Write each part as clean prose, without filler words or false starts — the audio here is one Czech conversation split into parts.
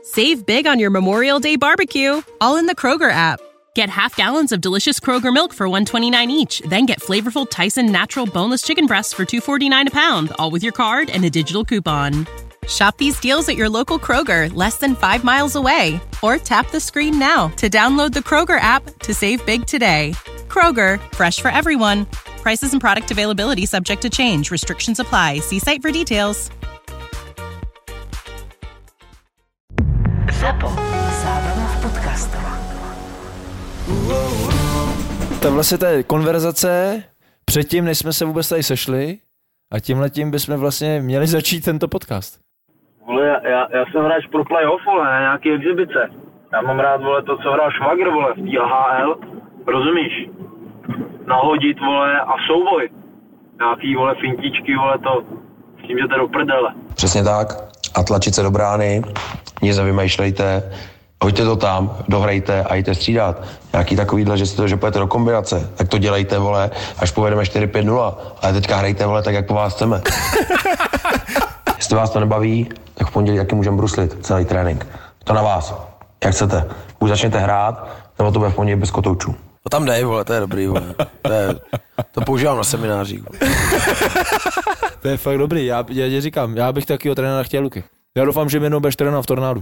Save big on your Memorial Day barbecue, all in the Kroger app. Get half gallons of delicious Kroger milk for $1.29 each. Then get flavorful Tyson natural boneless chicken breasts for $2.49 a pound, all with your card and a digital coupon. Shop these deals at your local Kroger, less than 5 miles away. Or tap the screen now to download the Kroger app to save big today. Kroger, fresh for everyone. Prices and product availability subject to change. Restrictions apply. See site for details. Zapo. Zábrná v podcastovách. To vlastně ta konverzace předtím, než jsme se vůbec tady sešli, a tímhletím bychom vlastně měli začít tento podcast. Vole, já jsem hráč pro playoff, vole, na nějaký exibice. Já mám rád, vole, to, co hrál Švagr, vole, v té AHL, rozumíš? Nahodit, vole, a souboj. Nějaký, vole, fintičky, vole, to, s tím jdete do prdele. Přesně tak. A tlačit se do brány, nic nevymýšlejte, hoďte to tam, dohrajte a jděte střídat. Nějaký takovýhle, že půjdete do kombinace, tak to dělejte, vole, až povedeme 4-5-0. Ale teďka hrajte, vole, tak jak po vás chceme. Jestli vás to nebaví, tak v pondělí taky můžeme bruslit celý trénink. To na vás, jak chcete. Buď začněte hrát, nebo to bude v pondělí bez kotoučů. To tam dej, vole, to je dobrý, vole. To používám na seminářích. To je fakt dobrý, já ti říkám, já bych takovýho trenéra chtěl, Luky. Já doufám, že mě jednou budeš trénovat v Tornádu.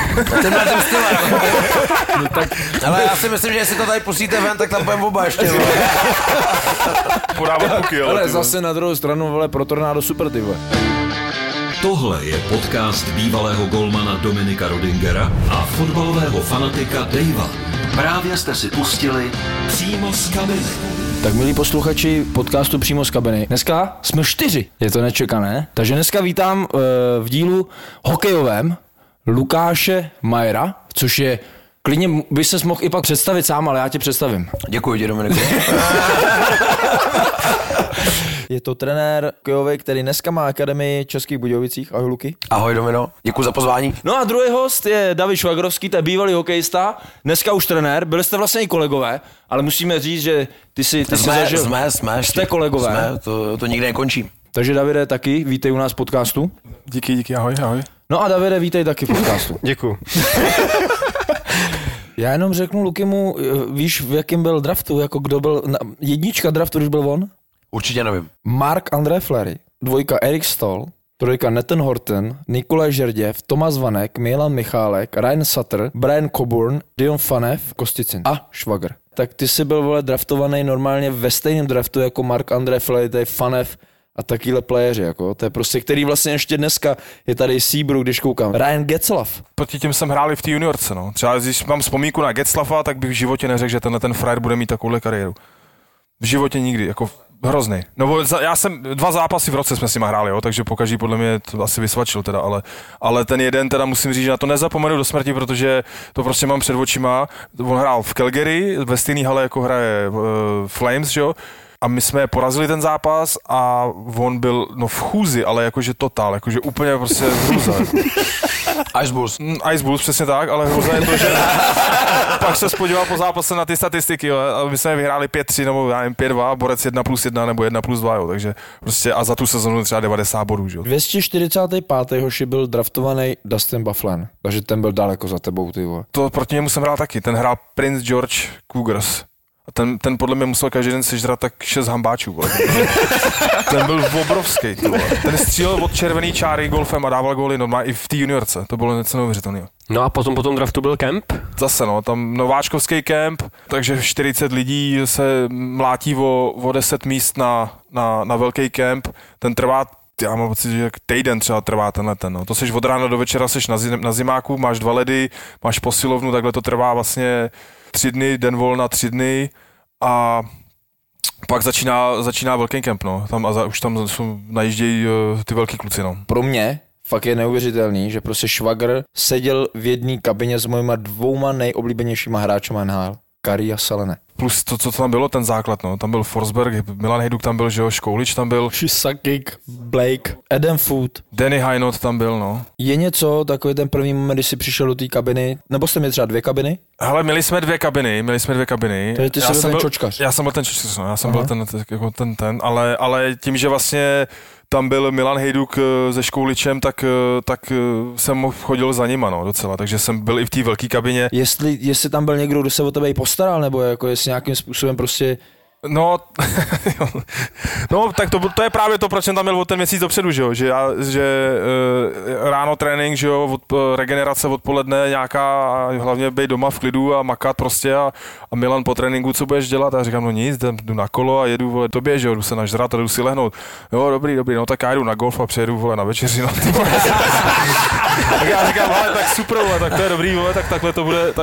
No, tak... Ale já si myslím, že jestli to tady pustíte ven, tak tam budeme oba ještě. Podávat puky, ale zase na druhou stranu, vole, pro Tornádo super, ty vole. Tohle je podcast bývalého golmana Dominika Rodingera a fotbalového fanatika Davea. Právě jste si pustili Přímo z kabiny. Tak milí posluchači podcastu Přímo z kabiny. Dneska jsme 4, je to nečekané. Takže dneska vítám v dílu hokejovém Lukáše Majera, což je, klidně by ses mohl i pak představit sám, ale já tě představím. Děkuji ti, Dominiku. Je to trenér hokejový, který dneska má akademii v Českých Budějovicích. Ahoj, Luky. Ahoj, Domino. Děkuji za pozvání. No a druhý host je David Švagrovský, to je bývalý hokejista, dneska už trenér. Byli jste vlastně i kolegové, ale musíme říct, že ty jsi zažil. Jste kolegové. To nikdy nekončí. Takže Davide, taky vítej u nás v podcastu. Díky, ahoj. No a Davide, vítej taky v podcastu. Děkuju. Já jenom řeknu Lukimu, víš, v jakém byl draftu, jako kdo byl jednička draftu, když byl on? Určitě nevím. Marc-André Fleury, 2 Erik Stoll, 3 Nathan Horton, Nikolaj Žerděv, Tomas Vanek, Milan Michálek, Ryan Sutter, Brian Coburn, Dion Phaneuf, Kosticin a Švagr. Tak ty jsi byl, vole, draftovaný normálně ve stejném draftu jako Marc-André Fleury, to je Phaneuf a takovýhle playeři, jako, to je prostě, který vlastně ještě dneska je tady Seabrook, když koukám. Ryan Getzlaff. Proti těm jsem hráli v té juniorce, no. Třeba když mám vzpomínku na Getzlaffa, tak bych v životě neřekl, že ten frajer bude mít takovouhle kariéru. V životě nikdy, jako hrozný. No, já jsem 2 zápasy v roce jsme s nima hráli, jo, takže pokaždý podle mě to asi vysvačil teda, ale ten jeden teda musím říct, že na to nezapomenu do smrti, protože to prostě mám před očima. On hrál v Calgary, ve stejné hale jako hraje Flames, jo. A my jsme porazili ten zápas a on byl v chůzi, ale jakože totál, jakože úplně prostě hruza. Ice Bulls, přesně tak, ale hruza je to, že pak se podíval po zápase na ty statistiky, jo, a my jsme vyhráli 5-3 nebo já nevím 5-2, borec 1+1 nebo 1+2, jo, takže prostě a za tu sezonu třeba 90 bodů, jo. 245. hoši byl draftovaný Dustin Byfuglien, takže ten byl daleko za tebou, ty vole. To proti němu jsem hrál taky, ten hrál Prince George Cougars. Ten podle mě musel každý den sežrat tak 6 hambáčů, vole. Ten byl obrovský, vole. Ten střílel od červený čáry golfem a dával góly normálně i v té juniorce. To bylo něco neuvěřitelného. No a potom po tom draftu byl kemp? Zase no, tam nováčkovský kemp, takže 40 lidí se mlátí o 10 míst na velký kemp. Ten trvá, já mám pocit, že týden třeba trvá tenhle ten. No. To seš od rána do večera, seš na zimáku, máš 2 ledy, máš posilovnu, takhle to trvá vlastně 3 dny, den volna 3 dny a pak začíná velký kemp, no. Tam už tam najíždějí ty velký kluci, no. Pro mě fakt je neuvěřitelný, že prostě Švagr seděl v jedné kabině s mojima 2 nejoblíbenějšíma hráčema NHL. Kari a Selene. Plus to, co tam bylo, ten základ, no. Tam byl Forsberg, Milan Hejduk tam byl, že jo, Škoulič tam byl. Šisakik, Blake, Adam Food. Danny Hynot tam byl, no. Je něco, takový ten první moment, když jsi přišel do té kabiny, nebo jste měli třeba 2 kabiny? Hele, měli jsme dvě kabiny. Takže ty jsi byl ten čočkař. Já jsem byl ten čočkař, no. Já jsem byl ten, ale tím, že vlastně tam byl Milan Hejduk se Škouličem, tak jsem chodil za nima, no, docela, takže jsem byl i v té velké kabině. Jestli tam byl někdo, kdo se o tebe i postaral, nebo jako jestli nějakým způsobem prostě... No, tak to je právě to, proč jsem tam měl od ten měsíc dopředu, že ráno trénink, že jo, regenerace odpoledne nějaká, a hlavně být doma v klidu a makat prostě a Milan po tréninku, co budeš dělat? A já říkám, no nic, jdu na kolo a jedu, vole, tobě, že jo, jdu se nažrat a jdu si lehnout. Jo, dobrý, no tak já jdu na golf a přejedu, vole, na večeři, no. Tak já říkám, ale tak super, vole, tak to je dobrý, vole, tak takhle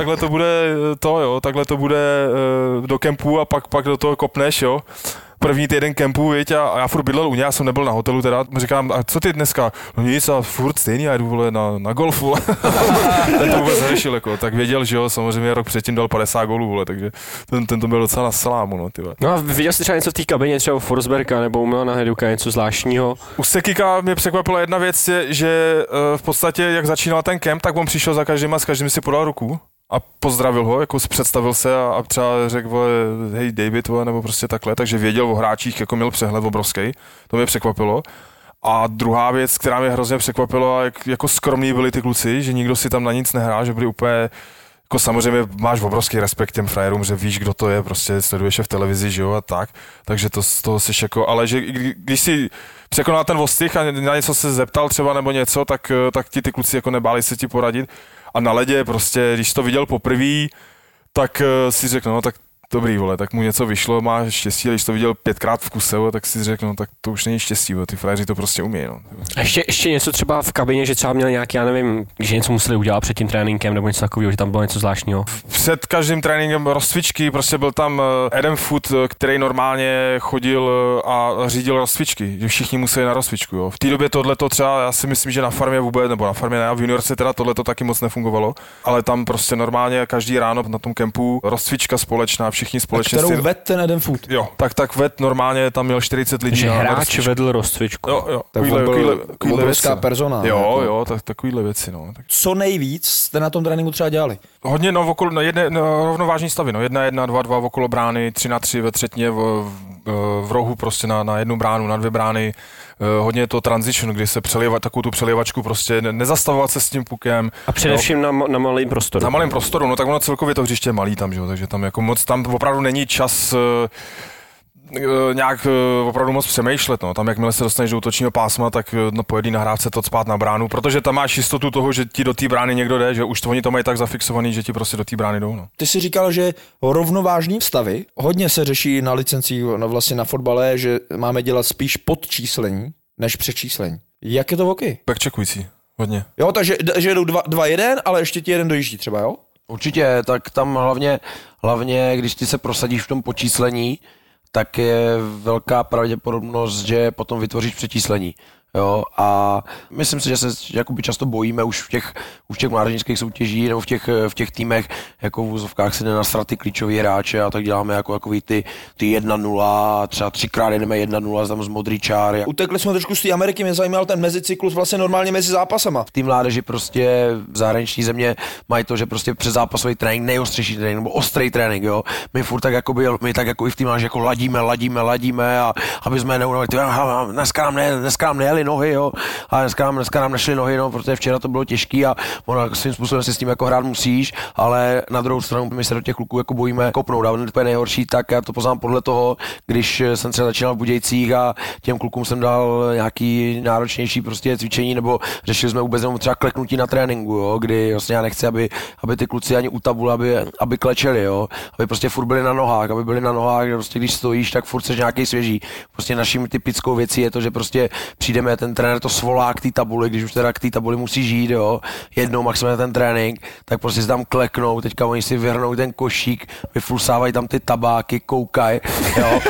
to bude do kempu a pak do toho kopneš, jo. První týden kempu, viď, a já furt bydlel u něj, já jsem nebyl na hotelu, teda říkám, a co ty dneska? No nic, a furt stejný, já jdu, vole, na golf, vole. Ten to vůbec neřešil, jako, tak věděl, že jo, samozřejmě rok předtím dal 50 gólů, vole, takže ten to byl docela na salámu, no, ty vole. No a viděl jsi třeba něco v té kabině, třeba u Forsberga nebo u Milana Hejduka, něco zvláštního? U Sekika mě překvapila jedna věc, že v podstatě, jak začínal ten kemp, tak on přišel za každým a s každým si podal ruku. A pozdravil ho, jako představil se a třeba řekl, vole, hej David, vole, nebo prostě takhle, takže věděl o hráčích, jako měl přehled obrovský, to mě překvapilo. A druhá věc, která mě hrozně překvapila, jak jako skromní byli ty kluci, že nikdo si tam na nic nehrál, že byli úplně, jako samozřejmě máš obrovský respekt těm frajerům, že víš, kdo to je, prostě sleduješ je v televizi, že jo, a tak, takže to z toho seš jako, ale že když si překonal ten ostych a na něco se zeptal třeba nebo něco, tak ti ty kluci jako nebáli se ti poradit. A na ledě prostě, když to viděl poprvé, tak si řekl, no tak dobrý, vole, tak mu něco vyšlo, má štěstí, když to viděl 5krát v kuse, tak si řekl, no tak to už není štěstí, ty frajeři to prostě umějí, no. A ještě něco třeba v kabině, že třeba měl nějaký, já nevím, že něco museli udělat před tím tréninkem nebo něco takového, že tam bylo něco zvláštního. Před každým tréninkem rozcvičky, prostě byl tam Adam Foot, který normálně chodil a řídil rozcvičky, že všichni museli na rozcvičku, jo. V té době tohleto třeba, já si myslím, že na farmě vůbec, nebo na farmě ne, v juniorce teda tohleto taky moc nefungovalo, ale tam prostě normálně každý ráno na tom kempu rozcvička společná, všichni společně. A kterou vedl ten Adam Foot? Jo, tak vedl normálně, tam měl 40 lidí. Že hráč vedl rozcvičku. Jo. Obrovská persona. Jo, takovýhle věci, no. Tak. Co nejvíc jste na tom tréninku třeba dělali? Hodně, no, rovnovážní stavy, no, 1-1, 2-2 okolo brány, 3-3 ve třetině, v rohu prostě na jednu bránu, na dvě brány. Hodně je to transition, kdy se takovou tu přelivačku prostě nezastavovat se s tím pukem. A především na malém prostoru. Na malém prostoru, no tak ono celkově to hřiště je malý tam, že jo, takže tam jako moc, tam opravdu není čas nějak opravdu moc přemýšlet, no. Tam jakmile se dostaneš do útočního pásma, tak po jedné nahrávce to cpát na bránu, protože tam máš jistotu toho, že ti do té brány někdo jde, že už oni to mají tak zafixovaný, že ti prostě do té brány jdou, no. Ty jsi říkal, že rovnovážní stavy hodně se řeší na licencích, no vlastně na fotbale, že máme dělat spíš podčíslení než přečíslení. Jak je to v hokeji? Backcheckující, hodně. Jo, takže že jdou 2-1, ale ještě ti jeden dojíždí třeba, jo? Určitě, tak tam hlavně, když ty se prosadíš v tom počíslení, tak je velká pravděpodobnost, že potom vytvoříš přečíslení. Jo, a myslím si, že se jakoby často bojíme už v těch mládežnických soutěží nebo v těch týmech, jako v úzovkách si nenasrat ty klíčový hráče a tak děláme jako takový ty 1-0, třeba 3krát jedeme 1-0 tam z modrý čáry. Utekli jsme trošku z té Ameriky, mě zajímal ten mezicyklus vlastně normálně mezi zápasama. V té mládeži prostě v zahraniční země mají to, že prostě přezápasový trénink, nejostřejší trénink nebo ostrý trénink, jo. My furt tak jako i v té mládeži jako ladíme a aby jsme neunavili, dneska nám nejeli nohy, jo, a dneska nám nešly nohy, no, protože včera to bylo těžký a ono svým způsobem si s tím jako hrát musíš, ale na druhou stranu my se do těch kluků jako bojíme kopnout. A to je nejhorší, tak já to poznám podle toho, když jsem třeba začínal v Budějcích a těm klukům jsem dal nějaký náročnější prostě cvičení, nebo řešili jsme vůbec jenom třeba kleknutí na tréninku, jo, kdy vlastně já nechci, aby ty kluci ani u tabule, aby klečeli, jo, aby prostě furt byli na nohách, prostě když stojíš, tak furt seš nějaký svěží. Prostě naším typickou věcí je to, že prostě přijdeme, ten trenér to svolá k té tabuli, když už teda k té tabuli musí žít, jo, jednou maximálně ten trénink, tak prostě si tam kleknou, teďka oni si vyhrnou ten košík, vyflusávají tam ty tabáky, koukají, jo,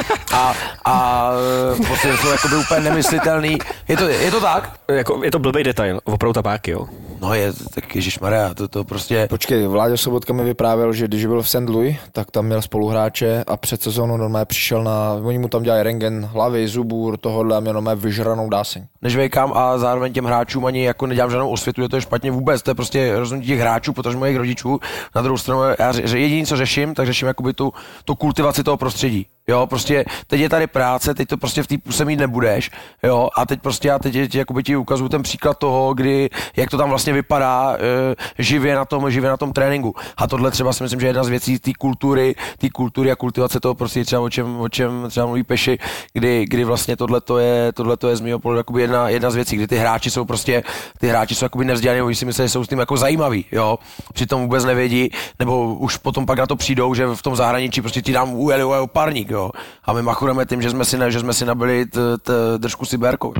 a prostě to jako by úplně nemyslitelný. Je to tak? Jako, je to blbý detail, opravdu tabáky, jo. No je, tak ježišmarja, to prostě... Počkej, Vláďa Sobotka mi vyprávěl, že když byl v St. Louis, tak tam měl spoluhráče a před sezónou normálně přišel oni mu tam dělají rentgen hlavy, zubů, tohohle a měl normálně vyžranou dáseň. Nežvejkám a zároveň těm hráčům ani jako nedělám žádnou osvětu, je to špatně vůbec, to je prostě rozhodnutí těch hráčů, protože mojich rodičů. Na druhou stranu, já jediný, co řeším, tak řeším jakoby tu kultivaci toho prostředí. Jo, prostě teď je tady práce, teď to prostě v té puse mít nebudeš, jo, a teď prostě já teď jakoby ti ukazuju ten příklad toho, kdy, jak to tam vlastně vypadá živě na tom tréninku. A tohle třeba si myslím, že je jedna z věcí té kultury a kultivace toho prostě třeba o čem třeba mluví Peši, kdy vlastně tohleto je z mého pohledu jakoby jedna z věcí, kdy ty hráči jsou jakoby nevzdělaní, oni si myslí, že jsou s tím jako zajímaví, jo. Přitom vůbec nevědí, nebo už potom pak na to přijdou, že v tom zahraničí prostě ti dám ujeli párník, jo. A my machujeme tím, že jsme si nabili držku Siberkou.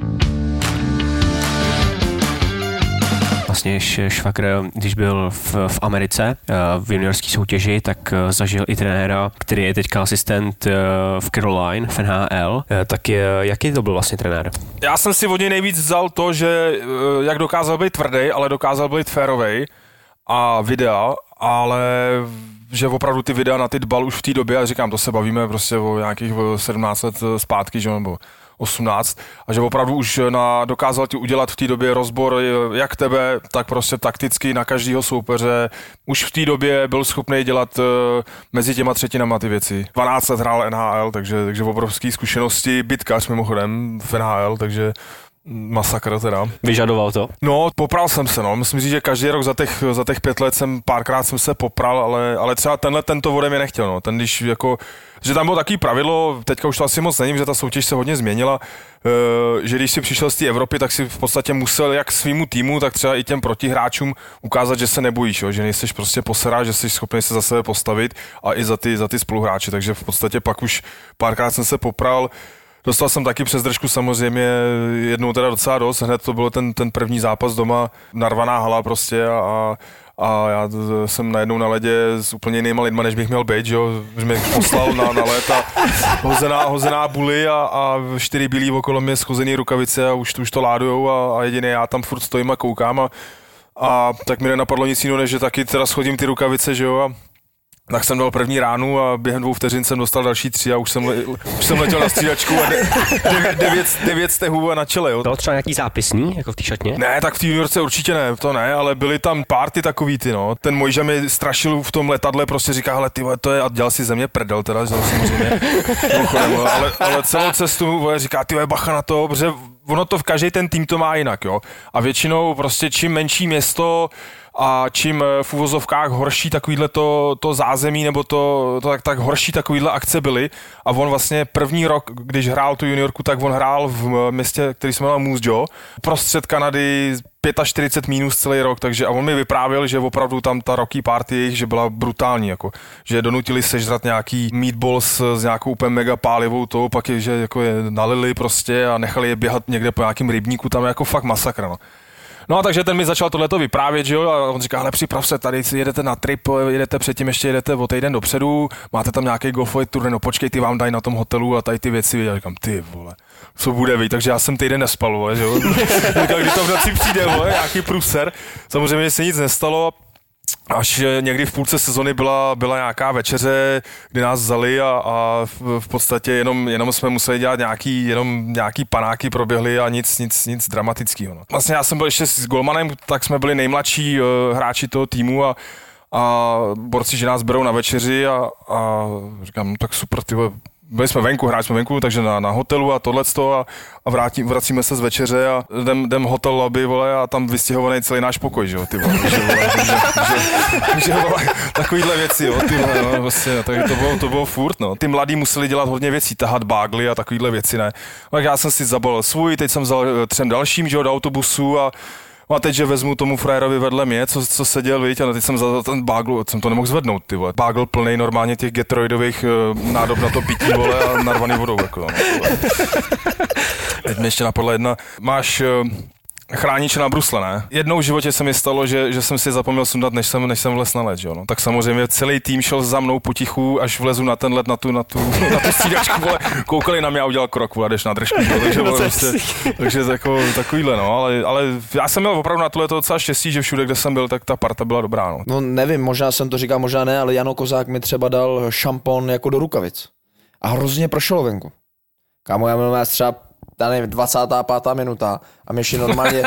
Vlastně Švagr, když byl v Americe v juniorské soutěži, tak zažil i trenéra, který je teďka asistent v Caroline, v NHL. Tak jaký to byl vlastně trenér? Já jsem si od něj nejvíc vzal to, že jak dokázal být tvrdý, ale dokázal být férovej a videa, ale že opravdu ty videa na ty dbal už v té době, a říkám, to se bavíme prostě o nějakých 17 let zpátky, že nebo 18, a že opravdu už dokázal ti udělat v té době rozbor jak tebe, tak prostě takticky na každého soupeře. Už v té době byl schopný dělat mezi těma třetinama ty věci. 12 let hrál NHL, takže obrovský zkušenosti, bitkař mimochodem v NHL, takže masakr teda. Vyžadoval to? No, popral jsem se, no. Myslím si, že každý rok za těch 5 let párkrát jsem se popral, ale třeba tento ode mě nechtěl, no. Ten když jako, že tam bylo takový pravidlo, teďka už to asi moc není, že ta soutěž se hodně změnila, že když si přišel z té Evropy, tak si v podstatě musel jak svýmu týmu, tak třeba i těm protihráčům ukázat, že se nebojíš, jo? Že nejseš prostě posera, že jsi schopný se za sebe postavit a i za ty spoluhráče, takže v podstatě pak už párkrát jsem se popral. Dostal jsem taky přes držku samozřejmě jednou teda docela dost, hned to byl ten první zápas doma, narvaná hala prostě a já jsem najednou na ledě s úplně jinýma lidma, než bych měl být, že jo, že mě poslal na led a hozená buly a 4 bílí okolo mě schozený rukavice a už to ládujou a jediný já tam furt stojím a koukám a tak mi nenapadlo nic jiného, než že taky teda schodím ty rukavice, že jo, tak jsem dal první ránu a během 2 vteřin jsem dostal další 3 a už jsem letěl na střídačku a 9 stehů na čele. Jo. Bylo třeba nějaký zápisní, jako v té šatně? Ne, tak v té juniorce určitě ne, to ne, ale byly tam party takový ty, no. Ten Mojža mi strašil v tom letadle, prostě říká, hele, ty to je, a dělal si ze mě prdel teda, samozřejmě, ale celou cestu říká, ty bacha na to, protože ono to v každý ten tým to má jinak, jo. A většinou prostě čím menší město a čím v uvozovkách horší takovýhle to zázemí nebo tak horší takovýhle akce byly a on vlastně první rok, když hrál tu juniorku, tak on hrál v městě, který se jmenoval Moose Jaw, prostřed Kanady 45 minus celý rok, takže a on mi vyprávěl, že opravdu tam ta rocky party, že byla brutální, jako, že donutili sežrat nějaký meatballs s nějakou úplně mega pálivou tou, pak je, že jako je nalili prostě a nechali je běhat někde po nějakým rybníku, tam je jako fakt masakr, no. No a takže ten mi začal tohleto vyprávět, že jo, a on říká, hele, připrav se, tady si jedete na trip, jedete předtím, ještě jedete o týden dopředu, máte tam nějaký golfový turnaj, no počkej, ty vám dají na tom hotelu a tady ty věci, já říkám, ty vole, co bude, víc, takže já jsem týden nespal, vole, že jo, říkal, kdy to v noci přijde, vole, nějaký průser, samozřejmě se nic nestalo, až někdy v půlce sezony byla nějaká večeře, kdy nás vzali a v podstatě jenom jsme museli dělat nějaký panáky proběhly a nic dramatického. No. Vlastně já jsem byl ještě s golmanem, tak jsme byli nejmladší hráči toho týmu a borci, že nás berou na večeři a říkám, no tak super, ty vole, byli jsme venku, hráli jsme venku, takže na hotelu a tohleto a vracíme se z večeře a jdem hotel lobby, vole, a tam vystěhovaný celý náš pokoj, že jo, ty vole, že vole, takovýhle věci, jo, ty vole, no, vlastně, takže to bylo furt, no. Ty mladí museli dělat hodně věcí, tahat bágly a takovýhle věci, ne. Tak já jsem si zabalil svůj, teď jsem vzal 3 dalším, že jo, do autobusu a teď, že vezmu tomu frajerovi vedle mě, co seděl, víš, a teď jsem za ten bágl, jsem to nemohl zvednout, ty vole. Bágl plnej normálně těch Gatoradeových nádob na to pití, vole, a narvaný vodou, jako, no. Teď mi ještě napadla jedna, máš chrániče na brusle, ne? Jednou v životě se mi stalo, že jsem si zapomněl sundat, než jsem vlez na led, jo, no. Tak samozřejmě celý tým šel za mnou potichu, až vlezu na ten led, na tu střídačku, vole, koukali na mě a udělal krok, vole, jdeš na držku, vole, takže, vole, takže jako takovýhle, no, ale já jsem měl opravdu na tohle docela štěstí, že všude, kde jsem byl, tak ta parta byla dobrá, no. No nevím, možná jsem to říkal, možná ne, ale Jano Kozák mi třeba dal šampon jako do rukavic a hrozně pršelo venku. Kámo, já měl třeba 25. minuta a mě šli normálně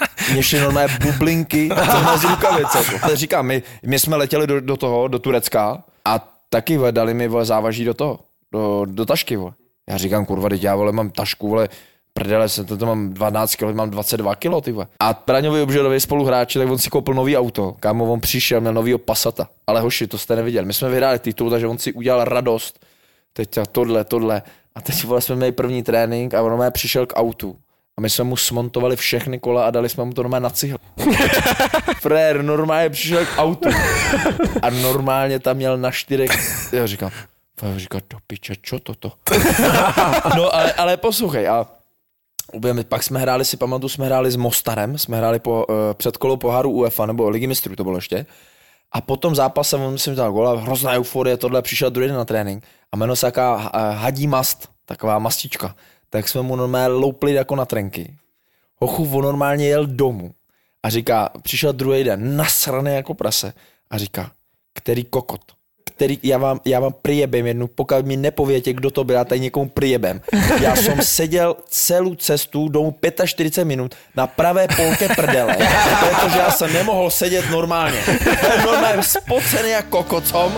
bublinky z rukavic. Jako. Říkám, my jsme letěli do Turecka a taky dali mi závaží do toho. do tašky, vole. Já říkám, kurva, teď já, vole, mám tašku, vole, prdele, to mám 12 kg, mám 22 kg, ty vole. A Braňovi Obžerovi spoluhráči, tak on si koupil nový auto, kámo, on přišel, měl novýho Passata. Ale hoši, to jste neviděli, my jsme vyhráli titul, takže on si udělal radost. Teď tohle. A teď, vole, jsme měli první trénink a on přišel k autu. A my jsme mu smontovali všechny kola a dali jsme mu to normálně na cihl. Frér normálně přišel k autu. A normálně tam měl na 4. Já říkám, do piče, čo toto? No ale poslouchej, a pak jsme hráli, si pamatuju, jsme hráli s Mostarem, jsme hráli předkolo poháru UEFA, nebo Ligy mistrů to bylo ještě. A potom zápasem, on myslím dal gola, hrozná euforie, tohle, přišel druhý den na trénink a jmenuje se jaká hadí mast, taková mastička. Tak jsme mu normálně loupli jako na trenky. Hochu, on normálně jel domů a říká, přišel druhý den, nasraný jako prase a říká, který kokot, já vám prijebem jednu, pokud mi nepovětě, kdo to byl, já tady někomu prijebem. Já jsem seděl celou cestu domů 45 minut na pravé polke prdele, protože já jsem nemohl sedět normálně. Normálně spocený jak kokocom.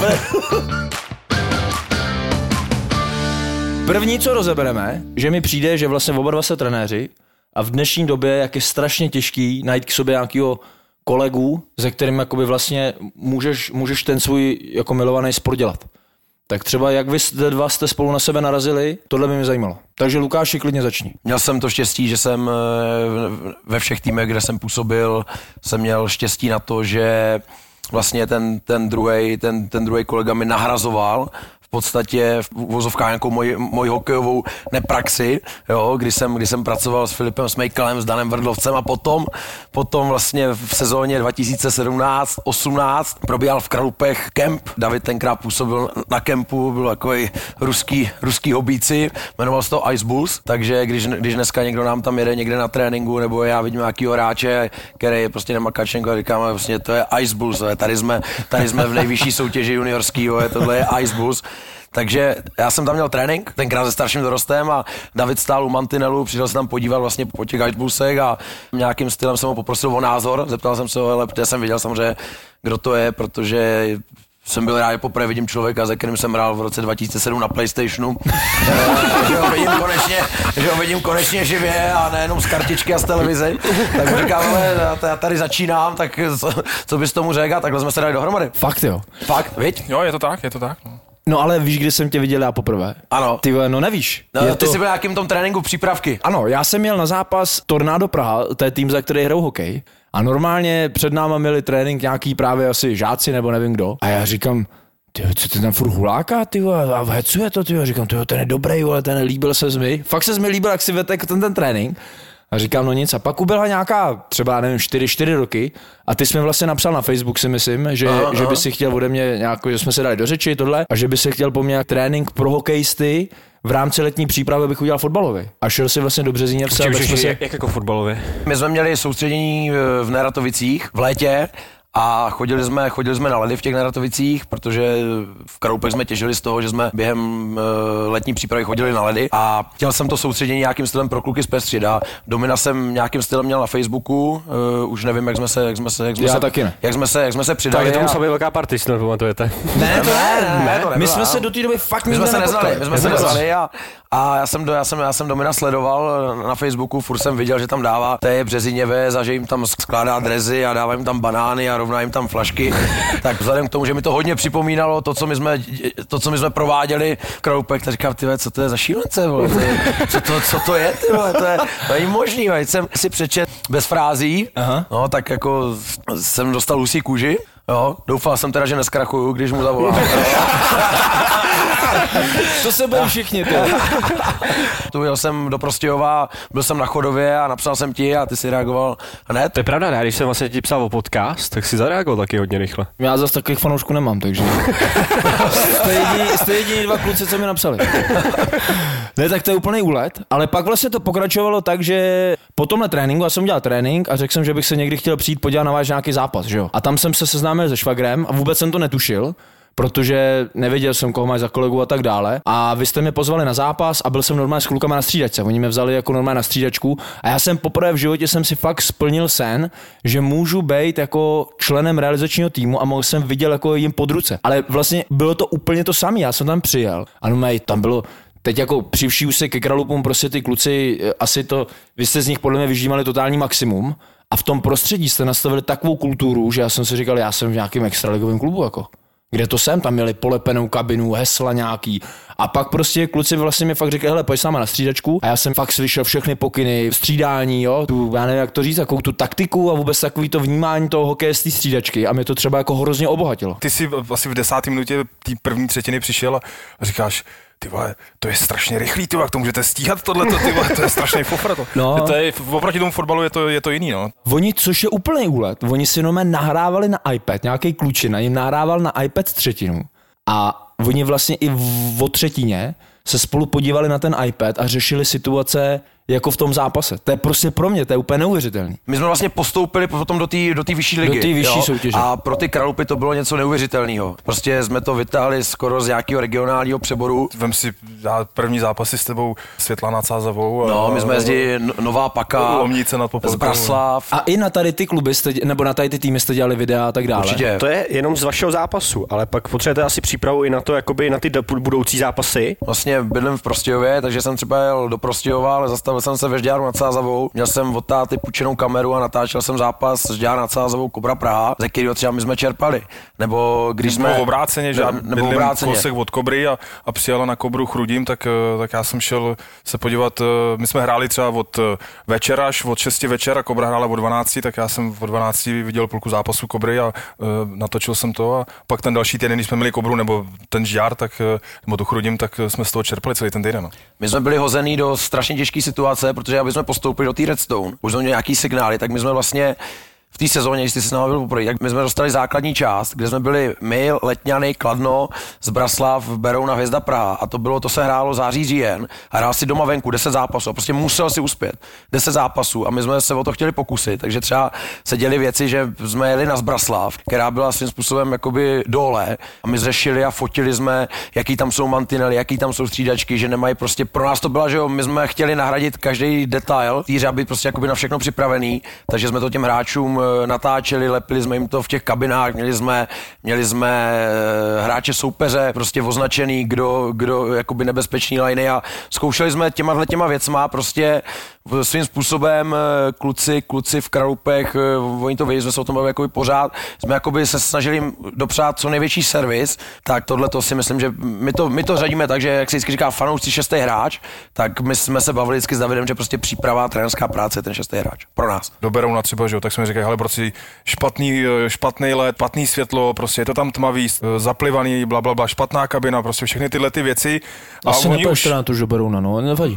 První, co rozebereme, že mi přijde, že vlastně oba dva se trenéři a v dnešní době, jak je strašně těžký najít k sobě nějakého kolegu, se kterým jakoby vlastně můžeš ten svůj jako milovaný sport dělat. Tak třeba jak vy dva jste spolu na sebe narazili, tohle by mě zajímalo. Takže Lukáši, klidně začni. Měl jsem to štěstí, že jsem ve všech týmech, kde jsem působil, jsem měl štěstí na to, že vlastně ten druhý kolega mi nahrazoval v podstatě v uvozovkách nějakou moji hokejovou nepraxi, jo, kdy jsem pracoval s Filipem Smejkalem, s Danem Vrdlovcem a potom vlastně v sezóně 2017-18 probíhal v Kralupech kemp. David tenkrát působil na kempu, byl takový ruský hobíci, jmenoval se to Ice Bulls, takže když dneska někdo nám tam jede někde na tréninku, nebo já vidím nějakýho hráče, který je prostě nemakačenko a říkáme, vlastně to je Ice Bulls, tady jsme v nejvyšší soutěži juniorskýho, tohle je Ice Bulls. Takže já jsem tam měl trénink, tenkrát se starším dorostem a David stál u mantinelu, přišel se tam podívat vlastně po těch Icebullsech a nějakým stylem jsem ho poprosil o názor, zeptal jsem se ho, ale protože jsem viděl samozřejmě, kdo to je, protože jsem byl rád, že poprvé vidím člověka, se kterým jsem hrál v roce 2007 na PlayStationu, že ho vidím konečně živě a nejenom z kartičky a z televize. Tak říkám, já tady začínám, tak co bys tomu řekl, a takhle jsme se dali dohromady. Fakt jo. Fakt, viď? Jo, je to tak. No ale víš, kdy jsem tě viděl já poprvé? Ano. Ty vole, no nevíš. No, ty jsi byl nějakým tom tréninku přípravky. Ano, já jsem měl na zápas Tornádo Praha, to je tým, za který hrajou hokej. A normálně před náma měli trénink nějaký právě asi žáci nebo nevím kdo. A já říkám, ty, co ty tam furt huláká, ty vole, a hecuje to, ty vole. Říkám, ty, ten je dobrý, vole, ten líbil se mi. Fakt se mi líbil, jak si vetek ten trénink. A říkám, no nic. A pak uběhla nějaká, třeba nevím, 4 roky a ty jsi mi vlastně napsal na Facebook, si myslím, že by si chtěl ode mě nějak, že jsme se dali do řeči tohle a že by si chtěl po mně trénink pro hokejisty v rámci letní přípravy, bych udělal fotbalový. A šel si vlastně do Březiněvce. Jak jako fotbalový? My jsme měli soustředění v Neratovicích v létě a chodili jsme na ledy v těch Neratovicích, protože v Kralupech jsme těžili z toho, že jsme během letní přípravy chodili na ledy a chtěl jsem to soustředění nějakým stylem pro kluky zpestřit a Domina jsem nějakým stylem měl na Facebooku, už nevím, jak jsme se přidali. Tak to musela být velká party, si to pamatujete. Ne, my jsme se do té doby fakt nikdy nepotkali. My jsme se neznali a já jsem Domina sledoval na Facebooku, furt jsem viděl, že tam dává té Březiněvec a že jim tam skládá drezy a dává jim tam banány a rovná jim tam flašky. Tak vzhledem k tomu, že mi to hodně připomínalo to, co my jsme prováděli v Kralupech, tak říkám, ty, co to je za šílence, vole, co to je, ty vole, to je možný, vole. Jsem si přečet bez frází, no tak jako jsem dostal husí kůži, jo, doufal jsem teda, že neskrachuju, když mu zavolám. To se bojí všichni, ty. Tu jel jsem do Prostějova, byl jsem na Chodově a napsal jsem ti a ty si reagoval hned. To je pravda, ne? Když jsem vlastně ti psal o podcast, tak si zareagoval taky hodně rychle. Já zase takových fanoušků nemám, takže jste jediní 2 kluci, co mi napsali. Ne, tak to je úplný úlet, ale pak vlastně to pokračovalo tak, že po tomhle tréninku, já jsem dělal trénink a řekl jsem, že bych se někdy chtěl přijít podívat na váš nějaký zápas, že jo. A tam jsem se seznámil se švagrem a vůbec jsem to netušil, protože nevěděl jsem, koho mají za kolegu a tak dále. A vy jste mě pozvali na zápas a byl jsem normálně s klukama na střídačce. Oni mě vzali jako normálně na střídačku a já jsem poprvé v životě jsem si fakt splnil sen, že můžu být jako členem realizačního týmu a mohl jsem vidět jako jim pod ruce. Ale vlastně bylo to úplně to samé. Já jsem tam přijel a tam bylo teď jako při vší úse ke Kralupům prostě ty kluci asi to, vy jste z nich podle mě vyždímali totální maximum a v tom prostředí jste nastavili takovou kulturu, že já jsem si říkal, já jsem v nějakém extraligovém klubu jako. Kde to jsem, tam měli polepenou kabinu, hesla nějaký. A pak prostě kluci vlastně mi fakt říkali, hele, pojď s náma na střídačku. A já jsem fakt slyšel všechny pokyny, střídání, jo, já nevím, jak to říct, takovou tu taktiku a vůbec takový to vnímání toho hokeje z té střídačky. A mě to třeba jako hrozně obohatilo. Ty si asi v 10. minutě té první třetiny přišel a říkáš, ty vole, to je strašně rychlý, ty vole, to můžete stíhat tohleto, ty vole, to je strašný fofr to. No. To je, oproti tomu fotbalu je to jiný, no. Oni, což je úplný úlet, oni si jenom nahrávali na iPad, nějaký klučina jim nahrával na iPad třetinu a oni vlastně i o třetině se spolu podívali na ten iPad a řešili situace jako v tom zápase. To je prostě pro mě, to je úplně neuvěřitelný. My jsme vlastně postoupili potom do té vyšší ligy. Do té vyšší soutěže. A pro ty Kralupy to bylo něco neuvěřitelného. Prostě jsme to vytáhli skoro z nějakého regionálního přeboru. Vem si první zápasy s tebou Světlana Cázavou. No, my jsme jezdili Nová Paka, Lomnice nad Popelkou. Zbraslav. A i na tady ty kluby nebo na tady ty týmy jste dělali videa a tak dále. Určitě. To je jenom z vašeho zápasu, ale pak potřebujete asi přípravu i na to, jakoby na ty budoucí zápasy. Vlastně bydlím v Prostějově, takže jsem třeba jel do Prostějova, ale zastavil jsem se ve Žďáru nad Sázavou. Měl jsem od táty půjčenou kameru a natáčel jsem zápas Žďár nad Sázavou Kobra Praha, ze kterého třeba my jsme čerpali. Nebo když jsme obráceně, že bydlím kousek od Kobry a přijela na Kobru Chrudim, tak já jsem šel se podívat, my jsme hráli třeba od večera až od 6 večer a Kobra hrála od 12, tak já jsem od 12 viděl půlku zápasu Kobry a natočil jsem to a pak ten další týden, když jsme měli Kobru nebo ten Žďár, tak nebo tu Chrudim, tak jsme z toho čerpali celý ten týden. No. My jsme byli hozený do strašně těžké situace, protože aby jsme postoupili do té Redstone, už jsme měli nějaký signály, tak my jsme vlastně v té sezóně, když jsi se náhodou poprvé, tak my jsme dostali základní část, kde jsme byli my, Letňany, Kladno, Zbraslav, Berouna, Hvězda Praha a to se hrálo září, říjen a hrál si doma venku 10 zápasů a prostě musel si uspět 10 zápasů a my jsme se o to chtěli pokusit, takže třeba se děly věci, že jsme jeli na Zbraslav, která byla svým způsobem jakoby dole a my řešili a fotili jsme, jaký tam jsou mantinely, jaký tam jsou střídačky, že nemají prostě, pro nás to bylo, že jo, my jsme chtěli nahradit každý detail, týře, aby prostě jakoby na všechno připravený, takže jsme to těm hráčům natáčeli, lepili jsme jim to v těch kabinách, měli jsme hráče soupeře prostě označený, kdo jakoby nebezpečný liney a zkoušeli jsme těma věcma prostě svým způsobem kluci v Kralupech, oni to vědí, jsme se o tom bavili jakoby pořád, jsme jakoby se snažili dopřát co největší servis, tak tohle to si myslím, že my to řadíme tak, že jak se vždycky říká fanoušci 6. hráč, tak my jsme se bavili vždycky s Davidem, že prostě příprava, trenérská práce je ten 6. hráč pro nás. Do Berouna třeba, že jo, tak jsme říkali, hele, prostě špatný LED, špatný světlo, prostě je to tam tmavý, zaplivaný, blablabla, špatná kabina, prostě všechny tyhle ty věci. A asi nepůjšte na to, že Berouna, no, nevadí.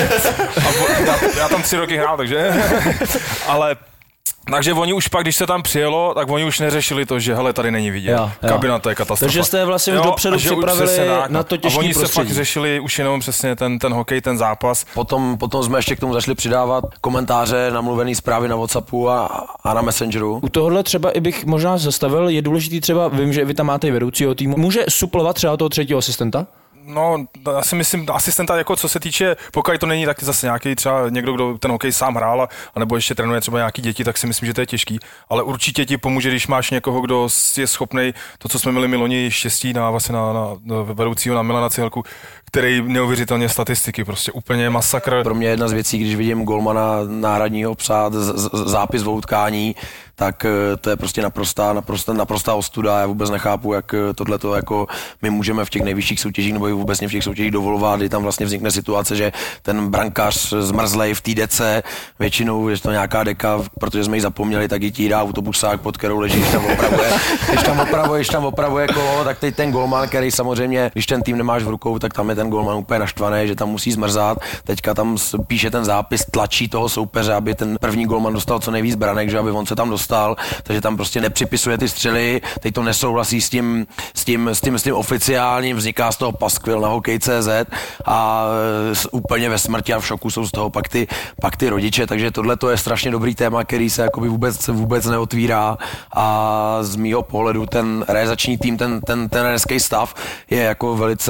Já tam 3 roky hrál, takže, ale takže oni už pak, když se tam přijelo, tak oni už neřešili to, že hele, tady není vidět. Kabina, to je katastrofa. Takže jste vlastně už dopředu připravili na to těžký oni prostředí. se fakt řešili už jenom přesně ten hokej, ten zápas. Potom jsme ještě k tomu začali přidávat komentáře, namluvený zprávy na WhatsAppu a na Messengeru. U tohohle třeba i bych možná zastavil, je důležitý třeba, vím, že vy tam máte i vedoucího týmu, může suplovat třeba toho 3. asistenta? No, já si myslím, asistenta, jako co se týče, pokud to není taky zase nějaký třeba někdo, kdo ten hokej sám hrál, anebo ještě trénuje třeba nějaký děti, tak si myslím, že to je těžký. Ale určitě ti pomůže, když máš někoho, kdo je schopnej, to, co jsme měli my loni štěstí na vedoucího, na Milana Cihelku, který neuvěřitelně statistiky, prostě úplně masakr. Pro mě jedna z věcí, když vidím golmana náhradního psát zápis o utkání, tak to je prostě naprostá ostuda. Já vůbec nechápu, jak tohleto jako my můžeme v těch nejvyšších soutěžích nebo i vůbec v těch soutěžích dovolovat, kdy tam vlastně vznikne situace, že ten brankář zmrzlej v té dece, většinou je to nějaká deka, protože jsme ji zapomněli, tak ji ti dá autobusák, pod kterou leží, když tam opravuje kolo, tak teď ten golman, který samozřejmě, když ten tým nemáš v rukou, tak tam je ten golman úplně naštvaný, že tam musí zmrzát. Teďka tam píše ten zápis, tlačí toho soupeře, aby ten první golman dostal co nejvíc branek, že aby on se tam dostal, takže tam prostě nepřipisuje ty střely, teď to nesouhlasí s tím oficiálním, vzniká z toho paskvil na hokej.cz a úplně ve smrti a v šoku jsou z toho pak ty rodiče, takže tohle to je strašně dobrý téma, který se jakoby vůbec neotvírá a z mýho pohledu ten realizační tým, ten trenerský stav je jako velice,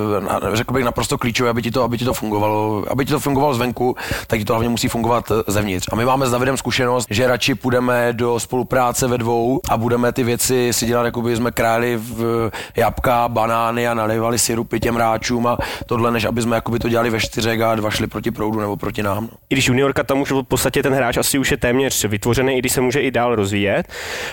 řekl bych, naprosto klíčový, aby ti to fungovalo zvenku, tak ti to hlavně musí fungovat zevnitř. A my máme s Davidem zkušenost, že radši půjdeme do spolupráce ve dvou a budeme ty věci si dělat, jako by jsme králi v jabka, banány a nalivali sirupy těm hráčům a tohle, než aby jsme jakoby to dělali ve čtyřech a dva šli proti proudu nebo proti nám. I když juniorka, tam už v podstatě ten hráč asi už je téměř vytvořený, i když se může i dál rozvíjet,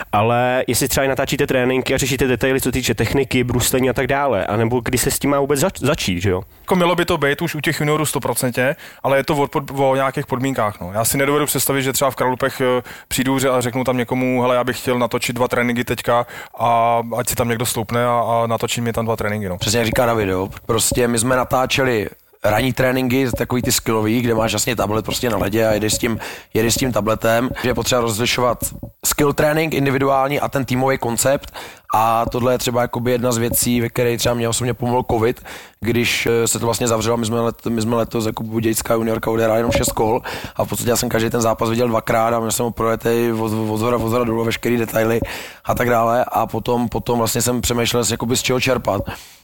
ale jestli třeba natáčíte tréninky a řešíte detaily, co týče techniky, bruslení a tak dále, anebo kdy se s tím má vůbec začít, že jo? Jako mělo by to být už u těch juniorů 100%, ale je to o nějakých podmínkách. No. Já si nedovedu představit, že třeba v Kralupech přijdu a řeknu tam někomu, hele, já bych chtěl natočit 2 tréninky teďka a ať si tam někdo stoupne a natočí mi tam 2 tréninky. No. Přesně jak říká David, jo. Prostě my jsme natáčeli ranní tréninky, takový ty skillový, kde máš jasně tablet prostě na ledě a jedeš s tím tabletem, že je potřeba rozlišovat skill trénink individuální a ten týmový koncept a tohle je třeba jakoby jedna z věcí, ve které třeba mě osobně pomohl covid, když se to vlastně zavřelo, my jsme letos jako budějská juniorka odehrála jenom 6 kol a v podstatě já jsem každý ten zápas viděl 2krát a měl jsem ho projetej od zhora dolů, veškerý detaily a tak dále a potom vlastně jsem přemýšlel jakoby z čeho čerpat.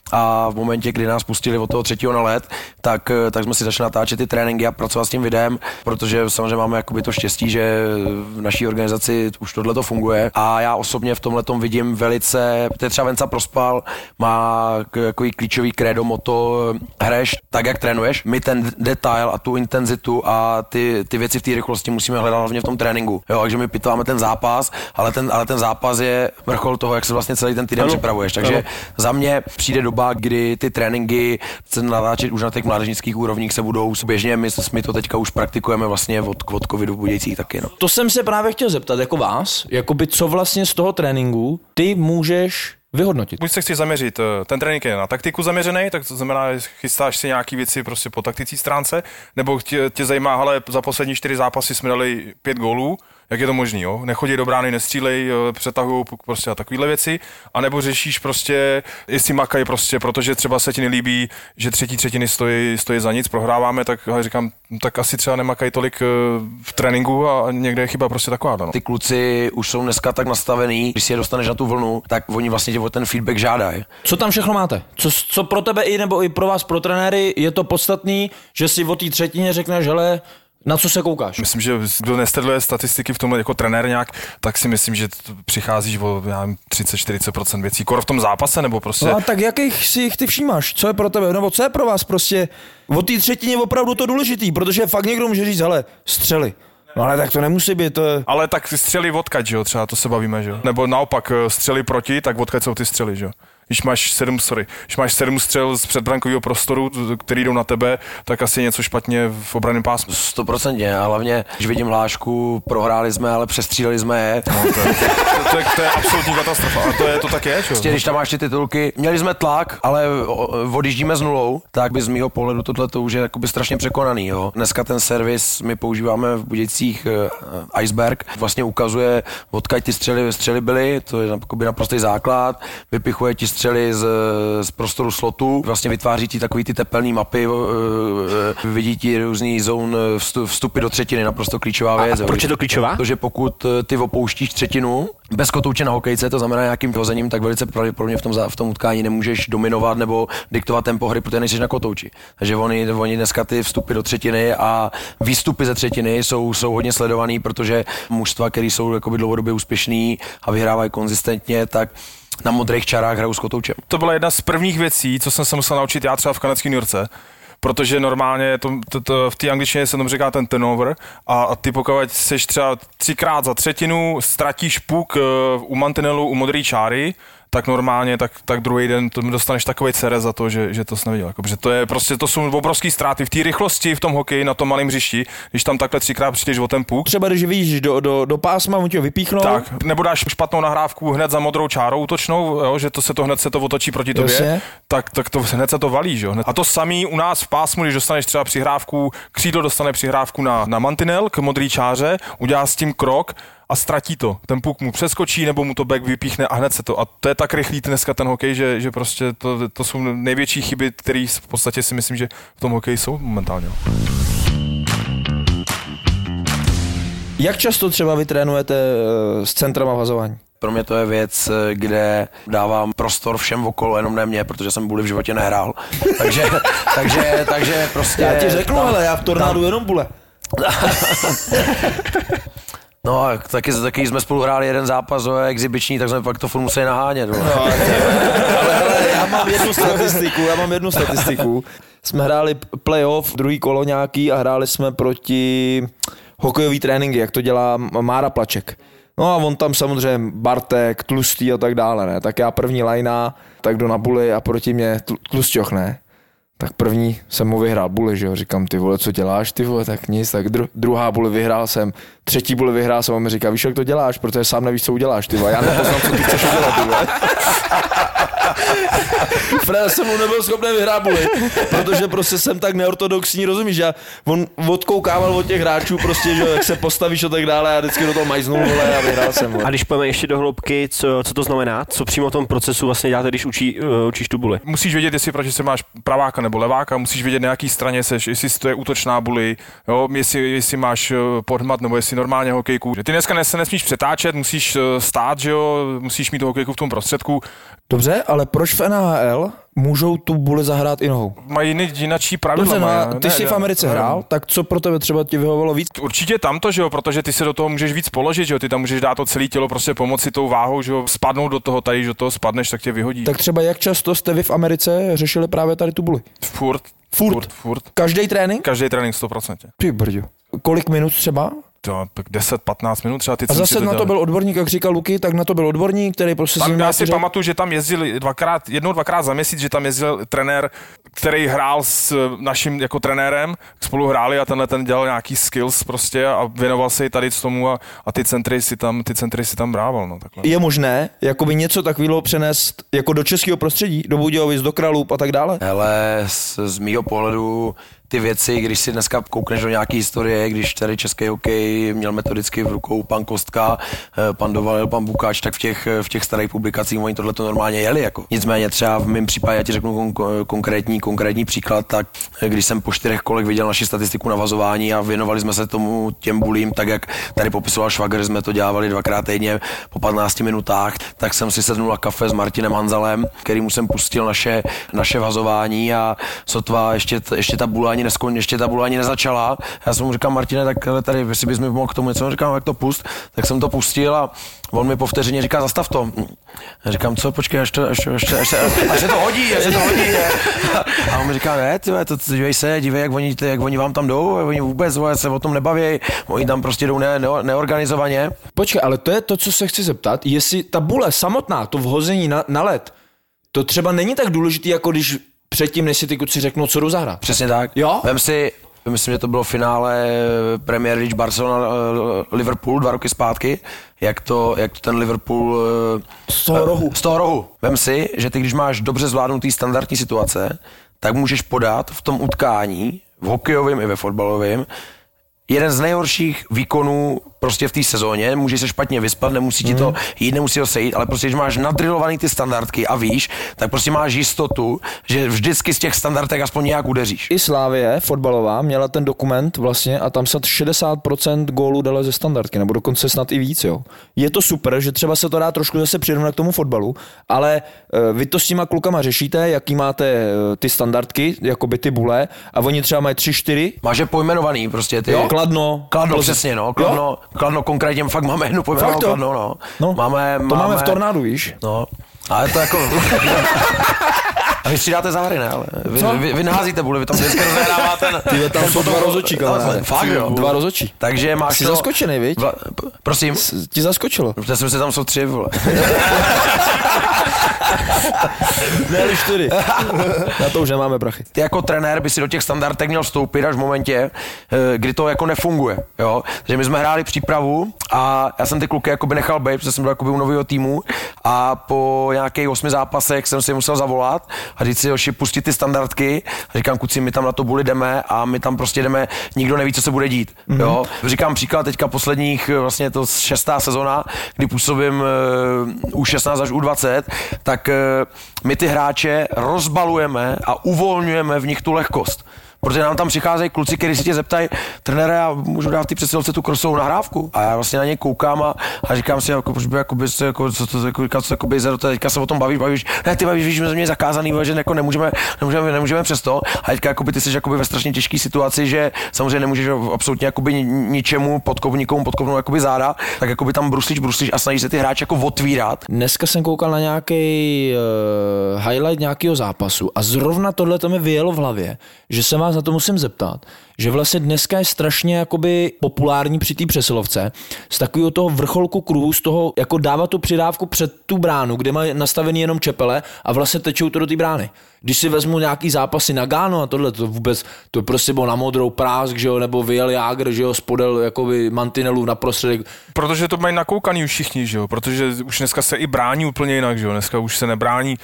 A v momentě, kdy nás pustili od toho 3. na led, tak jsme si začali natáčet ty tréninky a pracovat s tím videem, protože samozřejmě máme jakoby to štěstí, že v naší organizaci už tohle to funguje. A já osobně v tomhletom vidím velice, to je třeba Venca Prospal, má takový klíčový krédo moto, hraješ tak, jak trénuješ. My ten detail a tu intenzitu a ty věci v té rychlosti musíme hledat hlavně v tom tréninku. Jo, takže my pitváme ten zápas, ale ten zápas je vrchol toho, jak se vlastně celý ten týden připravuješ. Takže za mě přijde doba, kdy ty tréninky se natáčet už na těch mládežnických úrovních se budou běžně, my to teďka už praktikujeme vlastně od covidu v Budějcích taky. No. To jsem se právě chtěl zeptat, jako vás, jakoby co vlastně z toho tréninku ty můžeš vyhodnotit. Buď se chci zaměřit, ten trénink je na taktiku zaměřený, tak to znamená, že chystáš si nějaký věci prostě po taktické stránce, nebo tě zajímá, hele, za poslední 4 zápasy jsme dali 5 gólů, jak je to možný, jo? Nechodí do brány, nestřílej, přetahujou prostě a takovéhle věci, anebo řešíš prostě, jestli makají prostě, protože třeba se ti nelíbí, že třetí třetiny stojí za nic, prohráváme, tak říkám, tak asi třeba nemakají tolik v tréninku a někde je chyba prostě taková. No. Ty kluci už jsou dneska tak nastavený, když si je dostaneš na tu vlnu, tak oni vlastně tě o ten feedback žádají. Co tam všechno máte? Co pro tebe nebo i pro vás, pro trenéry, je to podstatný, že si o té třetině řekneš, hele, na co se koukáš? Myslím, že kdo nesleduje statistiky v tomhle jako trenér nějak, tak si myslím, že přicházíš o 30-40% věcí. Skoro v tom zápase, nebo prostě... No a tak jakých si jich ty všímáš? Co je pro tebe? Nebo co je pro vás prostě o té třetině opravdu to důležitý? Protože fakt někdo může říct, hele, střely. No ale tak to nemusí být, to je... Ale tak střely odkaď, že jo, třeba to se bavíme, že jo. Nebo naopak střely proti, tak odkaď jsou ty střely, že jo. Když máš 7 střel z předbrankového prostoru, který jdou na tebe, tak asi je něco špatně v obranném pásmu. 100% a hlavně, když vidím hlášku, prohráli jsme, ale přestříleli jsme je. No, to je absolutní katastrofa. A to tak je, čo? Když tam máš ty titulky, měli jsme tlak, ale odjíždíme s 0, tak by z mýho pohledu tohle to už je jakoby strašně překonaný. Jo. Dneska ten servis my používáme v Budějcích Iceberg, vlastně ukazuje, odkud ty střely byly, to je naprostý základ, vypichuje ti střely z prostoru slotu, vlastně vytváří ti takový ty tepelné mapy, vidí ti různý zón vstupy do třetiny, naprosto klíčová věc. A proč je to klíčová? Protože pokud ty opouštíš třetinu bez kotouče na hokejce, to znamená nějakým hozením, tak velice pravděpodobně v tom utkání nemůžeš dominovat nebo diktovat tempo hry, protože nejsi na kotouči. Takže oni dneska ty vstupy do třetiny a výstupy ze třetiny jsou hodně sledovaný, protože mužstva, který jsou jakoby dlouhodobě úspěšný a vyhrávají konzistentně, tak na modrých čarách hrajou s kotoučem. To byla jedna z prvních věcí, co jsem se musel naučit já třeba v kanadské juniorce, protože normálně v té angličtině se tomu říká ten turnover a ty pokud seš třeba 3krát za třetinu, ztratíš puk u mantinelu u modré čáry, tak normálně, tak druhý den to dostaneš takový ceres za to, že to jsi neviděl. Jako, že to je prostě, to jsou obrovský ztráty v té rychlosti v tom hokeji na tom malém hřišti, když tam takhle 3krát přijdeš o ten puk. Třeba když vidíš do pásma, mu tě vypíchnou. Tak, nebo dáš špatnou nahrávku hned za modrou čárou útočnou, jo, že hned se to otočí proti tobě, Jasně. tak to hned se to valí, že jo. A to samý u nás v pásmu, když dostaneš třeba přihrávku, křídlo dostane přihrávku na mantinel k modrý čáře, udělá s tím krok a ztratí to. Ten puk mu přeskočí nebo mu to back vypíchne a hned se to. A to je tak rychlý dneska ten hokej, že prostě to jsou největší chyby, které v podstatě si myslím, že v tom hokeji jsou momentálně. Jak často třeba vy trénujete s centrem a vazování? Pro mě to je věc, kde dávám prostor všem okolo, jenom ne mě, protože jsem buli v životě nehrál. Takže prostě... Já ti řeknu, ale já v tornádu jenom bule. No a taky jsme spolu hráli jeden zápas exibiční, tak jsme pak to furt museli nahánět. No. Ale já mám jednu statistiku. Jsme hráli playoff, druhý kolo nějaký a hráli jsme proti hokejový tréninky, jak to dělá Mára Plaček. No a on tam samozřejmě Bartek, Tlustý a tak dále, ne? Tak já první lajna, tak jdu na buli a proti mě Tlusťoch, ne? Tak první jsem mu vyhrál buli, že jo, říkám, ty vole, co děláš, ty vole, tak nic, tak druhá buli vyhrál jsem, třetí buli vyhrál jsem a mi říká, víš, jak to děláš, protože sám nevíš, co uděláš, ty vole, já nepoznám, co ty chceš udělat, ty vole. Fred jsem mu nebyl schopný vyhrát buli, protože prostě jsem tak neortodoxní, rozumíš, já on odkoukával od těch hráčů prostě, že jak se postavíš a tak dále a vždycky do toho majznul, vole, a vyhrál jsem, vole. A když pojďme ještě do hloubky, co to znamená, co přímo v tom procesu vlastně děláte, když učíš tu buli? Musíš vědět, jestli protože se máš praváka nebo leváka, musíš vědět, na jaký straně seš, jestli to je útočná buli, jo, jestli máš podhmat nebo jestli normálně hokejku. Ty dneska se nesmíš přetáčet, musíš stát, že jo, musíš mít tu hokejku v tom prostředku. Dobře, ale proč v NHL můžou tu buli zahrát i nohou? Mají jinačí pravidla. Dobře, ty jsi v Americe hrál, tak co pro tebe třeba ti vyhovovalo víc? Určitě tamto, že jo, protože ty se do toho můžeš víc položit, že jo, ty tam můžeš dát to celé tělo, prostě pomoci tou váhou, že jo, spadnout do toho, tady, že do toho spadneš, tak tě vyhodí. Tak třeba jak často jste vy v Americe řešili právě tady tu buli? Furt. Každý trénink? Každý trénink 100%. Ty brďo. Kolik minut třeba? Tak 10-15 minut třeba. A zase na to byl odborník, jak říkal Luky, tak na to byl odborník, který prostě... Tam já si pamatuju, že tam jezdil jednou, dvakrát za měsíc, že tam jezdil trenér, který hrál s naším jako trenérem, spolu hráli a ten dělal nějaký skills prostě a věnoval se i tady z tomu a ty centry si tam brával. No, takhle. Je možné jakoby něco takového přenést jako do českého prostředí, do Budějovic, do Kralůp a tak dále? Hele, z mýho pohledu ty věci, když si dneska koukneš do nějaký historie, když tady český hokej měl metodicky v rukou pan Kostka, pan Dovalil, pan Bukáč, tak v těch starých publikacích oni tohle to normálně jeli. Jako. Nicméně třeba v mém případě, já ti řeknu konkrétní příklad, tak když jsem po 4 kolech viděl naši statistiku na vazování a věnovali jsme se tomu těm bulím, tak jak tady popisoval Švagr, jsme to dělávali 2krát týdně po 15 minutách, tak jsem si sednul na kafe s Martinem Hanzalem, kterýmu jsem pustil naše vazování a sotva ještě ta bula ani nezačala. Já jsem mu říkal, Martine, tak tady, jestli bys mi mohl k tomu něco, říkám, jak to pust, tak jsem to pustil a on mi po vteřině říká, zastav to. Já říkám, co, počkej, až se to hodí. A on mi říká, ne, dívej, jak oni vám tam jdou, oni vůbec se o tom nebaví, oni tam prostě jdou neorganizovaně. Počkej, ale to je to, co se chci zeptat, jestli ta bule samotná, to vhození na led, to třeba není tak důležitý, jako když předtím, než si ty kluci řeknou, co jdu zahrát. Přesně tak. Jo? Myslím, že to bylo finále Premier League Barcelona Liverpool 2 roky zpátky, jak to ten Liverpool z toho rohu. Vem si, že ty, když máš dobře zvládnutý standardní situace, tak můžeš podat v tom utkání, v hokejovém i ve fotbalovém, jeden z nejhorších výkonů prostě v té sezóně, můžeš se špatně vyspat, nemusí ti to jít, nemusí to sejít, ale prostě, když máš nadrilovaný ty standardky a víš, tak prostě máš jistotu, že vždycky z těch standardek aspoň nějak udeříš. I Slavie fotbalová měla ten dokument vlastně a tam snad 60% gólů dala ze standardky, nebo dokonce snad i víc, jo. Je to super, že třeba se to dá trošku zase přirovnat k tomu fotbalu, ale vy to s těma klukama řešíte, jaký máte ty standardky, jakoby ty bule, a oni třeba mají 3-4. Máš je pojmenovaný prostě ty. Jo, Kladno, přesně, no. Kladno konkrétně, fakt máme jednu pojmenovanou Kladno, no. Máme v tornádu, víš? No, ale to jako... A vy střídáte závěry, ne? Ale vy naházíte buly, vy tam vždycky rozehráváte. Ty tam jsou 2 rozhodčí, kamaráde. Fakt jo? 2 rozhodčí. Takže máš jsi zaskočený, viď? Prosím? Ti zaskočilo. Já jsem si tam jsou 3, vole. Ne, 4. Na to už nemáme prachy. Ty jako trenér by si do těch standardek měl vstoupit až v momentě, kdy to jako nefunguje. Jo? Takže my jsme hráli přípravu a já jsem ty kluky jakoby nechal být, protože jsem byl jakoby u nového týmu a po nějakých 8 zápasech jsem si musel zavolat a říct si, Joši, pustit ty standardky. A říkám, kuci, my tam na to buli jdeme a my tam prostě jdeme, nikdo neví, co se bude dít. Jo? Říkám příklad teďka posledních, vlastně to 6. sezona, kdy působím U16 až U20, tak my ty hráče rozbalujeme a uvolňujeme v nich tu lehkost. Protože nám tam přicházejí kluci, kteří se tě zeptají, trenére, já můžu dát v té přesilovce tu krosovou nahrávku. A já vlastně na ně koukám a říkám si, jako, proč by, jakoby, jako, co to teďka se o tom bavíš, ne, ty bavíš, že mě zakázaný, že jako nemůžeme přes to. A teďka jakoby, ty jsi jakoby ve strašně těžké situaci, že samozřejmě nemůžeš absolutně jakoby ničemu nikomu podkopnout jakoby záda, tak jakoby tam bruslíš a snažíš se ty hráče jako otvírat. Dneska jsem koukal na nějaký highlight nějakého zápasu a zrovna tohle to mi vyjelo v hlavě, že se vás na to musím zeptat, že vlastně dneska je strašně jakoby populární při té přesilovce z takového toho vrcholku kruhu, z toho jako dávat tu přidávku před tu bránu, kde mají nastavený jenom čepele a vlastně tečou to do té brány. Když si vezmu nějaký zápasy na Gánu a tohle, to vůbec, to prostě bylo na modrou prásk, že jo, nebo vyjel Jágr, že jo, spodel jakoby mantinelů na prostředek. Protože to mají nakoukaný už všichni, že jo, protože už dneska se i brání úplně jinak, že jo, dneska už se nebrání.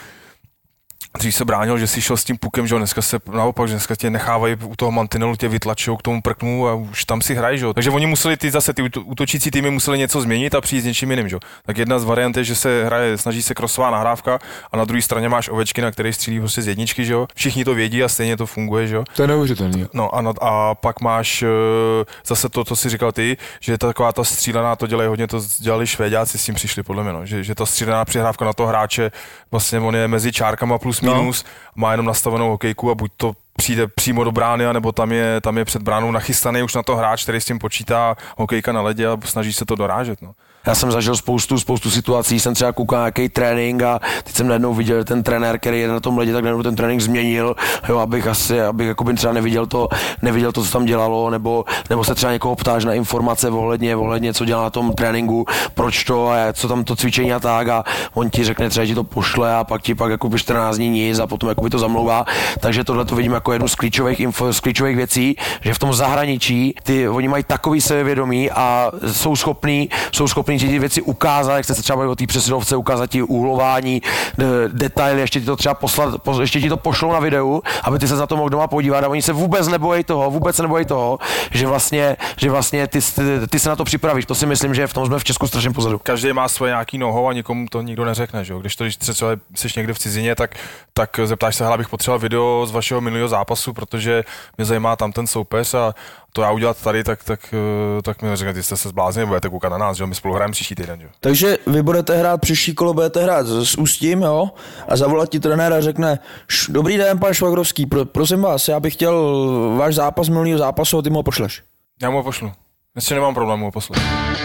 Dřív se bránil, že si šel s tím pukem, že jo, dneska se naopak, že dneska tě nechávají u toho mantinelu, tě vytlačují k tomu prknu a už tam si hrají, že jo. Takže oni museli ty útočící týmy museli něco změnit a přijít s něčím jiným, že jo. Tak jedna z variant je, že se hraje, snaží se krosová nahrávka a na druhé straně máš Ovečky, na který střílí prostě z jedničky, že jo. Všichni to vědí a stejně to funguje, že jo. To je neuvěřitelný. No a pak máš zase to, co si říkal ty, že taková ta střílená, to dělají hodně, to dělali Švéďáci, s tím přišli podle mě, no. Že ta střílená přihrávka na toho hráče, vlastně on je mezi čárkama plus minus, má jenom nastavenou hokejku a buď to přijde přímo do brány, anebo tam je před bránou nachystaný už na to hráč, který s tím počítá, hokejka na ledě a snaží se to dorážet. No. Já jsem zažil spoustu situací, jsem třeba koukal na nějaký trénink a teď jsem najednou viděl ten trenér, který je na tom ledě, tak najednou ten trénink změnil, jo, abych jakoby třeba neviděl to, co tam dělalo, nebo se třeba někoho ptáš na informace ohledně, co dělá na tom tréninku, proč to a co tam to cvičení a tak a on ti řekne, třeba ti to pošle a pak jakoby 14 dní nic a potom jakoby to zamlouvá. Takže tohle to vidím jako jednu z klíčových věcí, že v tom zahraničí oni mají takový sebevědomí a jsou schopní ty věci ukázat, jak jste se třeba bavili o té přesilovce, ukázat ti úhlování, detaily, ještě ti to třeba ještě ti to pošlou na videu, aby ty se za to mohl doma podívat a oni se vůbec nebojí toho, že vlastně ty se na to připravíš. To si myslím, že v tom jsme v Česku strašně pozadu. Každý má svoje nějaký noho a nikomu to nikdo neřekne, že jo. Když třeba jsi někde v cizině, tak zeptáš se, abych potřeboval video z vašeho minulého zápasu, protože mě zajímá tam ten soupeř a to já udělat tady, tak mi řekne, ty jste se zbláznili, budete koukat na nás, že jo, my spolu hrajeme příští týden, jo. Takže vy budete hrát příští kolo, budete hrát s Ústím, jo, a zavolat ti trenér a řekne, dobrý den, pan Švagrovský, prosím vás, já bych chtěl váš zápas minulého zápasu a ty mu ho pošleš. Já mu ho pošlu, ještě nemám problém ho poslat.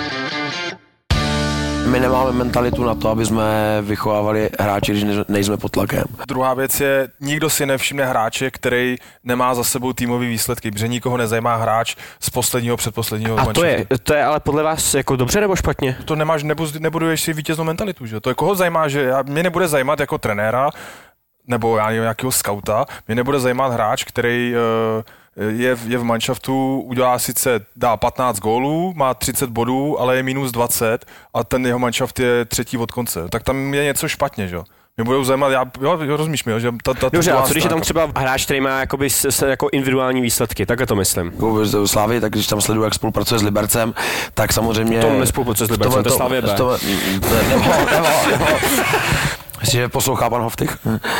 My nemáme mentalitu na to, aby jsme vychovávali hráče, když nejsme pod tlakem. Druhá věc je, nikdo si nevšimne hráče, který nemá za sebou týmový výsledky, protože nikoho nezajímá hráč z posledního, předposledního. A to je ale podle vás jako dobře nebo špatně? To nemáš, nebuduješ si vítěznou mentalitu, že? To je koho zajímá, že mě nebude zajímat jako trenéra, nebo já nevím, nějakého skauta, mě nebude zajímat hráč, který je v manšaftu, dá 15 gólů, má 30 bodů, ale je minus 20 a ten jeho manšaft je třetí od konce. Tak tam je něco špatně, že jo? Mě budou zajímat, rozumíš mi, že dobře, a co když je tam třeba hráč, který má jakoby jako individuální výsledky, takhle to myslím. Jako Slávy, tak když tam sleduju, jak spolupracuje s Libercem, tak samozřejmě... To nespolupracuje s Libercem, to je Slavie B. Nebo. Myslím, že poslouchá pan Hoftych.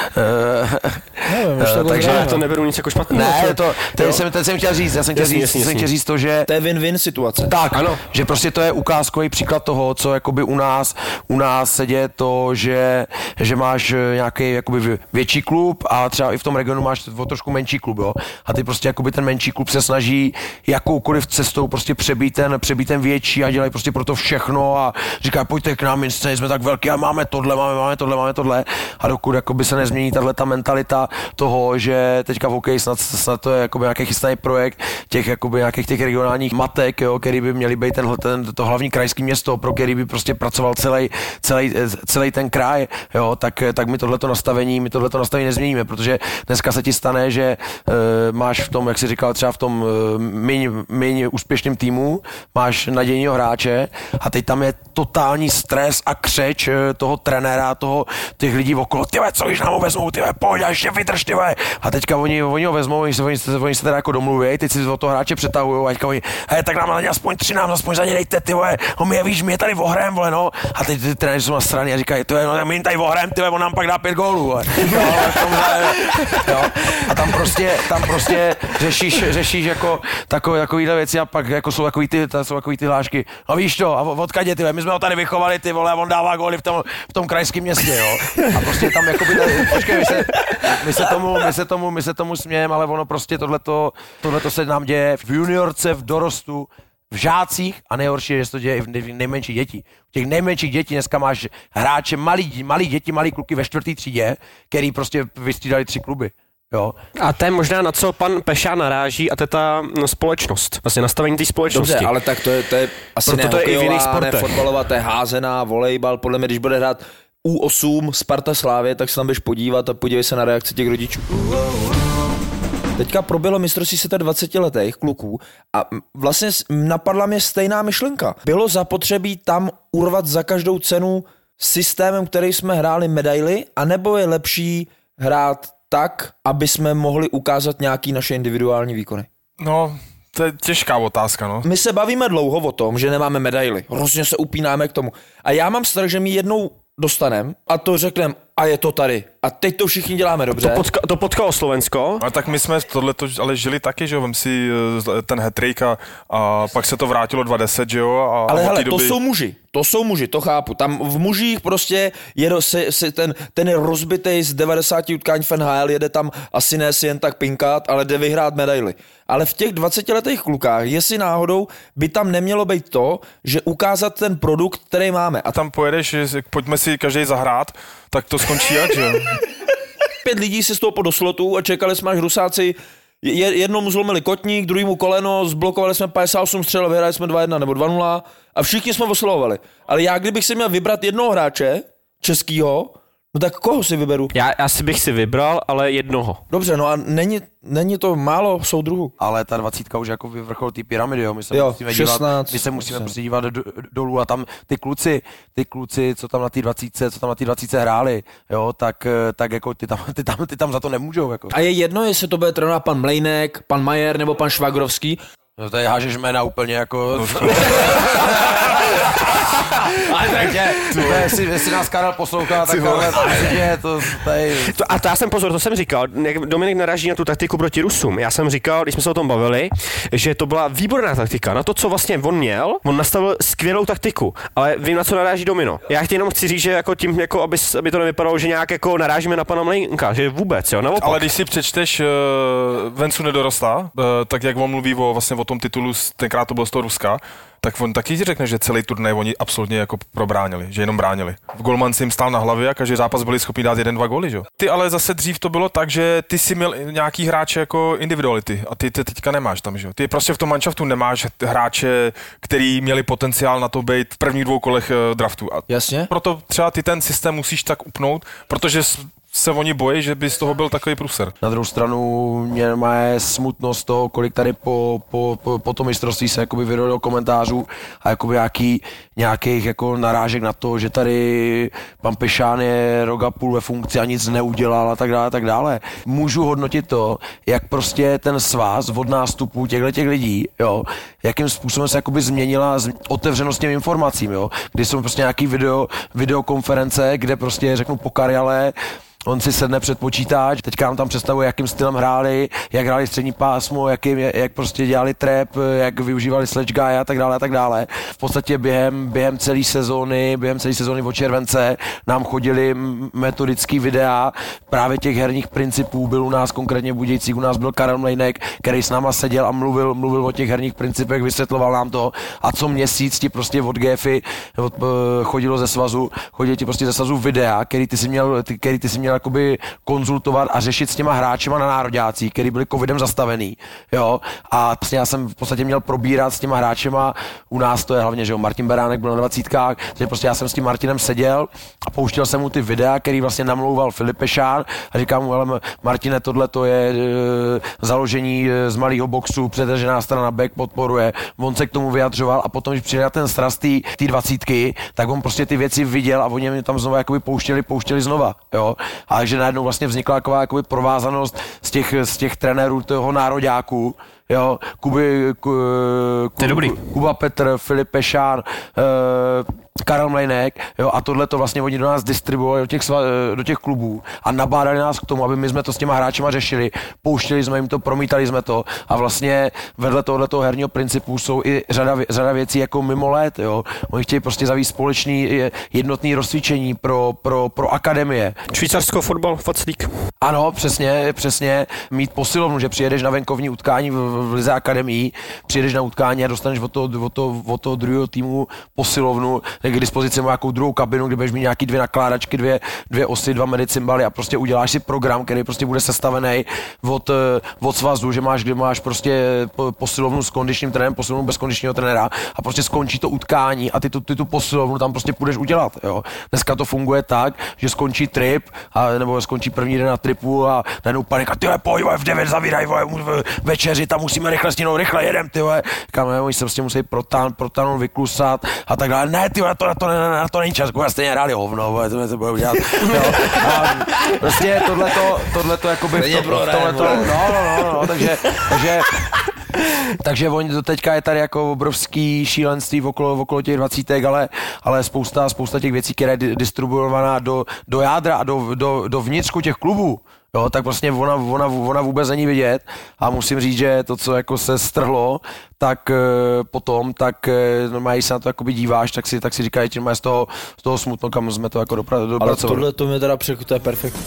Takže já to neberu nic jako špatný. Ne, to jsem chtěl říct. Já jsem chtěl říct to, že... To je win-win situace. Tak, ano. Že prostě to je ukázkový příklad toho, co jakoby u nás se děje to, že máš nějaký jakoby větší klub a třeba i v tom regionu máš trošku menší klub, jo. A ty prostě jakoby ten menší klub se snaží jakoukoliv cestou prostě přebít ten větší a dělají prostě pro to všechno a říká, pojďte k nám, jsme tak velký a máme tohle a dokud jakoby se nezmění tato mentalita toho, že teďka v hokeji snad to je jakoby nějaký chystaný projekt těch jakoby nějakých těch regionálních matek, jo, který by měli být to hlavní krajský město, pro který by prostě pracoval celý ten kraj, jo, jo, tak my tohleto nastavení nezměníme, protože dneska se ti stane, že máš v tom, jak jsi říkal, třeba v tom méně úspěšném týmu, máš nadějného hráče a teď tam je totální stres a křeč toho trenéra, těch lidí okolo, tyve, co když nám ho vezmou, tyve, pojď a ještě vydrž, tyve. A teďka oni ho vezmou, oni se teda jako domluví, teď si od toho hráče přetahujou a teďka oni, tak nám na ně aspoň 3, nám aspoň za ně dejte, tyve, my je tady ohrem, vole, no. A teď ty trenéři jsou na straně a říkají, tyve, no, my jim tady ohrem, tyve, on nám pak dá 5 gólů, a tam prostě řešíš jako takovýhle věci a pak jako jsou takový ty hlášky. A víš to, a odkud ty, my jsme ho tady vychovali, ty vole, a on dává góly v tom krajském městě, jo. A prostě tam jakoby, počkej, my se tomu smějeme, ale ono prostě tohleto se nám děje v juniorce, v dorostu, v žácích a nejhorší je, že se to děje i v nejmenších dětí. U těch nejmenších dětí dneska máš hráče, malí děti, malí kluky ve 4. třídě, který prostě vystřídali 3 kluby. Jo. A to je možná na co pan Peša naráží a to je ta společnost, vlastně nastavení té společnosti. Dobře, ale tak to je asi ne hokejová, ne fotbalová, to je házená, volejbal, podle mě, když bude hrát U8 Sparta Slávě, tak se tam běž podívat a podívej se na reakci těch rodičů. Teďka proběhlo mistrovství světa 20letých kluků a vlastně napadla mě stejná myšlenka. Bylo zapotřebí tam urvat za každou cenu systémem, který jsme hráli medaily, anebo je lepší hrát tak, aby jsme mohli ukázat nějaký naše individuální výkony? No, to je těžká otázka, no. My se bavíme dlouho o tom, že nemáme medaily. Hrozně se upínáme k tomu. A já mám strach, že mi jednou dostanem a to řekneme, a je to tady. A teď to všichni děláme dobře. To potkalo Slovensko. A tak my jsme tohleto ale žili taky, že jo, vem si ten hat-trick a pak se to vrátilo 2010, že jo. Ale hele, to jsou muži, to chápu. Tam v mužích prostě ten je rozbitej z 90 utkání v NHL, jede tam asi ne si jen tak pinkat, ale jde vyhrát medaily. Ale v těch 20letých klukách, jestli náhodou by tam nemělo být to, že ukázat ten produkt, který máme. A tam pojedeš, že pojďme si každý zahrát, tak to skončí jak, že jo? 5 lidí si stouplo do slotu a čekali jsme, až Rusáci jednomu zlomili kotník, druhýmu koleno, zblokovali jsme 58 střel, vyhráli jsme 2-1 nebo 2-0 a všichni jsme oslovovali. Ale já, kdybych si měl vybrat jednoho hráče českýho, no tak koho si vyberu? Já asi bych si vybral, ale jednoho. Dobře, no a není to málo soudruhů. Ale ta 20 už jako vrchol té pyramidy, jo. My se musíme prostě dívat dolů a tam ty kluci, co tam na té 20 hráli, jo, tak jako ty tam za to nemůžou, jako. A je jedno, jestli to bude trénovat pan Mlejnek, pan Majer nebo pan Švagrovský? No tady hážeš jména úplně jako... Ale takže, jestli nás Karel poslouchá, tak ale to tady... A to já jsem pozor, to jsem říkal, jak Dominik naráží na tu taktiku proti Rusům. Já jsem říkal, když jsme se o tom bavili, že to byla výborná taktika. Na to, co vlastně on měl, on nastavil skvělou taktiku, ale vím, na co naráží Domino. Já jenom chci říct, že jako tím, jako aby to nevypadalo, že nějak jako narážíme na pana Mlejnka, že vůbec, jo, naopak. Ale když si přečteš Vencu nedorostá, tak jak on mluví vlastně o tom titulu, tenkrát to bylo z toho Ruska, tak on taky řekne, že celý turnaj oni absolutně jako probránili, že jenom bránili. V golmanci jim stál na hlavě a každý zápas byli schopni dát 1-2 góly, že? Ty ale zase dřív to bylo tak, že ty si měl nějaký hráče jako individuality a ty teďka nemáš tam, že? Ty prostě v tom manšaftu nemáš hráče, který měli potenciál na to být v prvních 2 kolech draftu. A jasně. Proto třeba ty ten systém musíš tak upnout, protože se oni bojí, že by z toho byl takový průser. Na druhou stranu mě má smutnost toho, kolik tady po tom mistrovství se jakoby vyrojilo do komentářů a jakoby nějakých jako narážek na to, že tady pan Pešán je rok a půl ve funkci a nic neudělal a tak dále. Můžu hodnotit to, jak prostě ten svaz od nástupu těchto lidí, jo, jakým způsobem se jakoby změnila otevřenost těm informacím, jo, kdy jsou prostě nějaký videokonference, kde prostě řeknu po kariále, on si sedne před počítač, teďka nám tam představuje, jakým stylem hráli, jak hráli střední pásmo, jak prostě dělali trap, jak využívali sledge guy a tak dále. V podstatě během celé sezóny od července nám chodili metodický videa právě těch herních principů. Byl u nás konkrétně v Budějcích, u nás byl Karel Mlejnek, který s náma seděl a mluvil o těch herních principech, vysvětloval nám to a co měsíc ti prostě od GFy chodilo ze svazu videa, který ty si měl jakoby konzultovat a řešit s těma hráčima na nároďácích, který byli covidem zastavený, jo, a vlastně já jsem v podstatě měl probírat s těma hráčema, u nás to je hlavně, že jo, Martin Beránek byl na 20, takže prostě já jsem s tím Martinem seděl a pouštěl jsem mu ty videa, který vlastně namlouval Filip Pešán a říkám mu, ale Martine, tohle to je založení z malého boxu, přetažená strana back podporuje, on se k tomu vyjadřoval a potom, když přijel ten sraz té 20, tak on prostě ty věci viděl a oni mě tam znovu jakoby pouštěli znova, jo. A takže najednou vlastně vznikla taková jakoby provázanost z těch trenérů toho nároďáku, jo, Kuba Petr, Filip Pešán, Karel Mlejnek, jo, a tohle to vlastně oni do nás distribuovali do těch klubů a nabádali nás k tomu, aby my jsme to s těma hráčima řešili, pouštěli jsme jim to, promítali jsme to a vlastně vedle tohoto herního principu jsou i řada věcí jako mimo let, jo. Oni chtějí prostě zavést společný jednotný rozcvičení pro akademie. Švýcarsko fotbal, Faclík. Ano, přesně, mít posilovnu, že přijedeš na venkovní utkání v lize akademií, přijedeš na utkání a dostaneš od toho druhého týmu posilovnu, k dispozici nějakou druhou kabinu, kde budeš mít nějaký 2 nakládačky, dvě osy, 2 medicimbaly a prostě uděláš si program, který prostě bude sestavený od svazu, že máš prostě posilovnu s kondičním trenérem, posilovnu bez kondičního trenéra a prostě skončí to utkání a ty tu posilovnu tam prostě půjdeš udělat, jo. Dneska to funguje tak, že skončí trip, nebo skončí první den na tripu a najednou panika, tyhle, pojď, v 9 zavíraj, večeři, tam musíme rychle stínout, rychle jedem, tyhle. Kam, oni se prostě musí protáhnout, vyklusat a tak dále. Ne, tyhle, na to není čas, já stejně hráli hovno, to bude udělat. Jo. Prostě tohleto jakoby takže oni to teďka je tady jako obrovský šílenství okolo těch 20, ale spousta těch věcí, která je distribuovaná do jádra a do vnitřku těch klubů. Jo, tak vlastně ona vůbec není vidět a musím říct, že to, co jako se strhlo, tak potom, tak normálně se na to jakoby díváš, tak si říkají, že z toho smutno, kam jsme to jako dopracovali. Ale tohle to mě teda překutuje perfektně.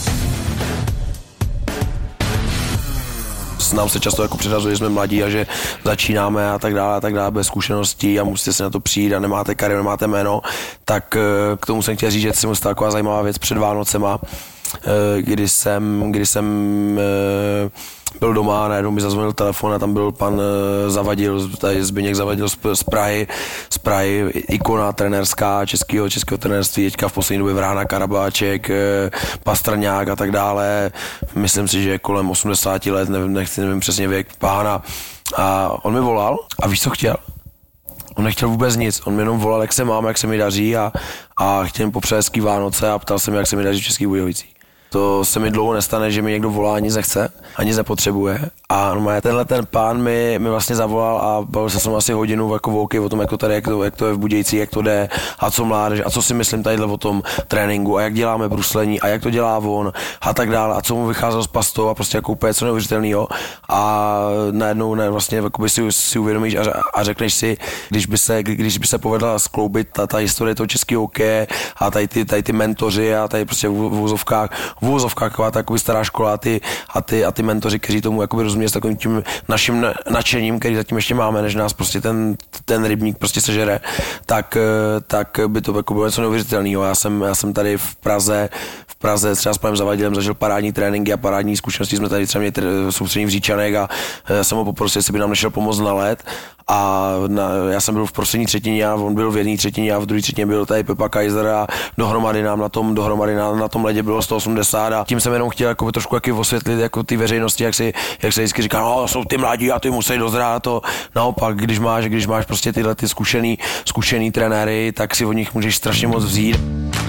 Nám se často jako předazuje, že jsme mladí a že začínáme a tak dále bez zkušeností a musíte se na to přijít a nemáte kariéru, nemáte jméno, tak k tomu jsem chtěl říct, že se mi stala taková zajímavá věc před Vánocema, kdy jsem byl doma, najednou mi zazvonil telefon a tam byl pan Zavadil, tady Zbyněk Zavadil z Prahy, ikona trenérská českého trenérství, teďka v poslední době Vrána, Karabáček, Pastrňák a tak dále. Myslím si, že je kolem 80 let, nevím přesně věk pána. A on mi volal a víš, co chtěl? On nechtěl vůbec nic, on mi jenom volal, jak se mám, jak se mi daří a chtěl mi popřát hezký Vánoce a ptal se mi, jak se mi daří v Českých Budějovicích. To se mi dlouho nestane, že mi někdo volá a nic nechce, ani nic nepotřebuje. A normálně ten pán mi vlastně zavolal a bavil se s ním asi hodinu jako volky o tom, jak to je v Budějcích, jak to jde a co mládež a co si myslím tadyhle o tom tréninku a jak děláme bruslení a jak to dělá on a tak dále a co mu vycházelo z pastou a prostě jako úplně co neuvěřitelného. A najednou vlastně si uvědomíš a řekneš si, když by se povedla skloubit ta historie toho českého hokeje a tady ty mentoři a tady prostě v úvozovkách taková stará škola a ty mentoři, kteří tomu jakoby rozumějí s takovým tím naším nadšením, který zatím ještě máme, než nás prostě ten rybník prostě sežere, tak by to jako bylo něco neuvěřitelného. Já jsem tady v Praze třeba s panem Zavadilem zažil parádní tréninky a parádní zkušenosti, jsme tady třeba měli soustředění v Říčanech a jsem ho poprosil, jestli by nám nešel pomoct na led. A já jsem byl v prostřední třetině a on byl v jedné třetině a v druhé třetině byl tady Pepa Kaiser a dohromady na tom ledě bylo 180 a tím jsem jenom chtěl jako trošku osvětlit jako ty veřejnosti, jak se vždycky říká, no, jsou ty mladí a ty musí dozrát, to naopak, když máš prostě tyhle ty zkušený trenéry, tak si od nich můžeš strašně moc vzít.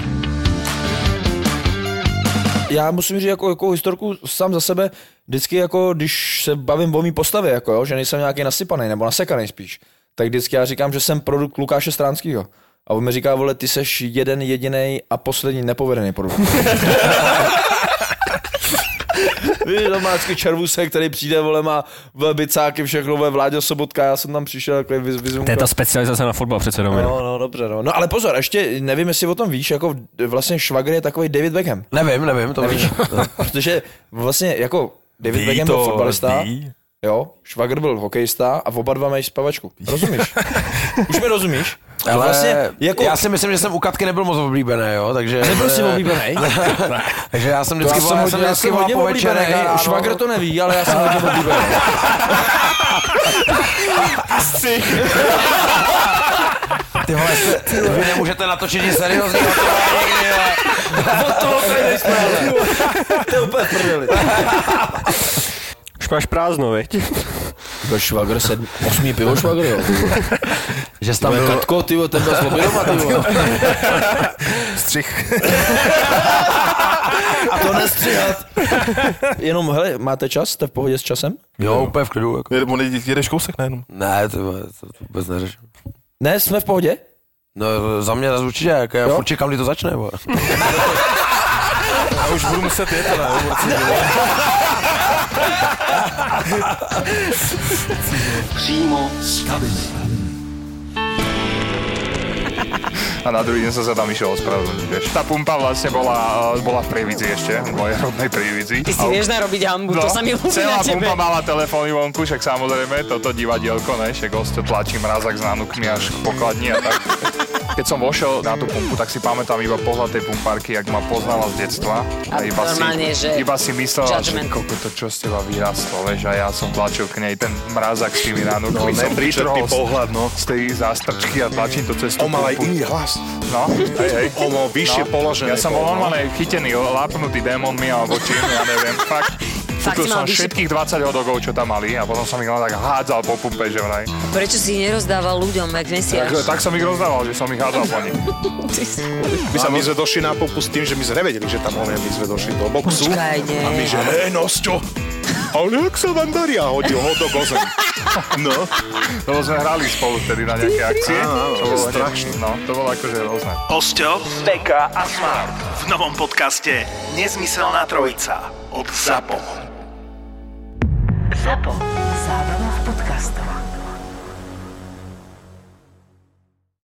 Já musím říct jako historku sám za sebe, vždycky jako, když se bavím o mý postavě, jako jo, že nejsem nějaký nasypaný nebo nasekaný spíš, tak vždycky já říkám, že jsem produkt Lukáše Stránskýho. A on mi říká, vole, ty seš jeden jedinej a poslední nepovedený produkt. Víš, domácký červusek, který přijde, vole, má bicáky, všechno, ve Vláďo Sobotka, já jsem tam přišel takový vyzumka. To je ta specializace na fotbal přece jenom. No, dobře, no. No ale pozor, ještě nevím, jestli o tom víš, jako vlastně švagr je takový David Beckham. Nevím, to víš. Protože vlastně jako David Beckham byl fotbalista. jo, švagr byl hokejista a oba dva mají spavačku. Rozumíš? Už mi rozumíš? Ale vlastně, jako... já si myslím, že jsem u Katky nebyl moc oblíbený, jo, takže... Nebyl jsi oblíbený? Takže já jsem vždycky volal po večerech. Švagr to neví, ale já jsem hodně oblíbený. Asi. Ty vole, vy nemůžete natočit nic seriózního, někdy, od toho tady nejsme, to je úplně prdeli. Už máš prázdno, viď? Byl švagr, 8. pivo švagr, jo. Že jsi tam byl... Katko, tyjo, ten byl slobodoma, tyjo. Střih. To nestříhat. Jenom, hele, máte čas? Jste v pohodě s časem? Jo, úplně v klidu. Jako. Jedeš kousek nejenom? Ne, to vůbec neřeším. Ne, jsme v pohodě? No, za mě zase určitě, jako já furt čekám, kdy to začne, bo. Já už budu muset jet, ale Přímo z kabiny. A na druhý deň som sa tam išiel ospravedlniť, vieš. Tá pumpa vlastne bola v Prievidzi ešte, v mojej rodnej Prievidzi. Ty si vieš narobiť hambu, to sa mi ľúbi na Celá tebe. pumpa mala telefóny vonku, však samozrejme, toto divadielko, ne, však tlačí mrazak s nánukmi až k pokladni a tak. Keď som vošiel na tú pumpu, tak si pamätám iba pohľad tej pumpárky, jak ma poznala z detstva. A iba si myslela, judgment. že koľko to čo z teba vyrastlo, vieš, a ja som tlačil k nej ten mrazak s tými nánukmi. Som pritrhol pohľad, no. z tej zástrčky a tlačím to cez tú On mal aj pumpu. iný hlas. No, hej. On mal vyššie položené. Ja som bol normálne chytený, lápnutý démonmi alebo čím, ja neviem, fakt. Fakt Kúpil si mal som všetkých 20 hodogov, čo tam mali a potom som ich len tak hádzal po pumpe, že vraj. Prečo si ich nerozdával ľuďom, jak mesiaš? Tak som ich rozdával, že som ich hádzal po nich. My sme došli na pumpu s tým, že my sme nevedeli, že tam on je, my sme došli do boxu. Počkaj, nie. A my že, Nosťo, ale jak sa vám darí? A hodil hodog o zem. No. Lebo sme hrali spolu vtedy na nejaké akcie. Áno, To bolo strašné. No, to bolo akože rôzne. Osťo, Beka a Smart v novom podcaste Nezmyselná trojica od ZAPO. ZAPO. Zábrná v podcastovách.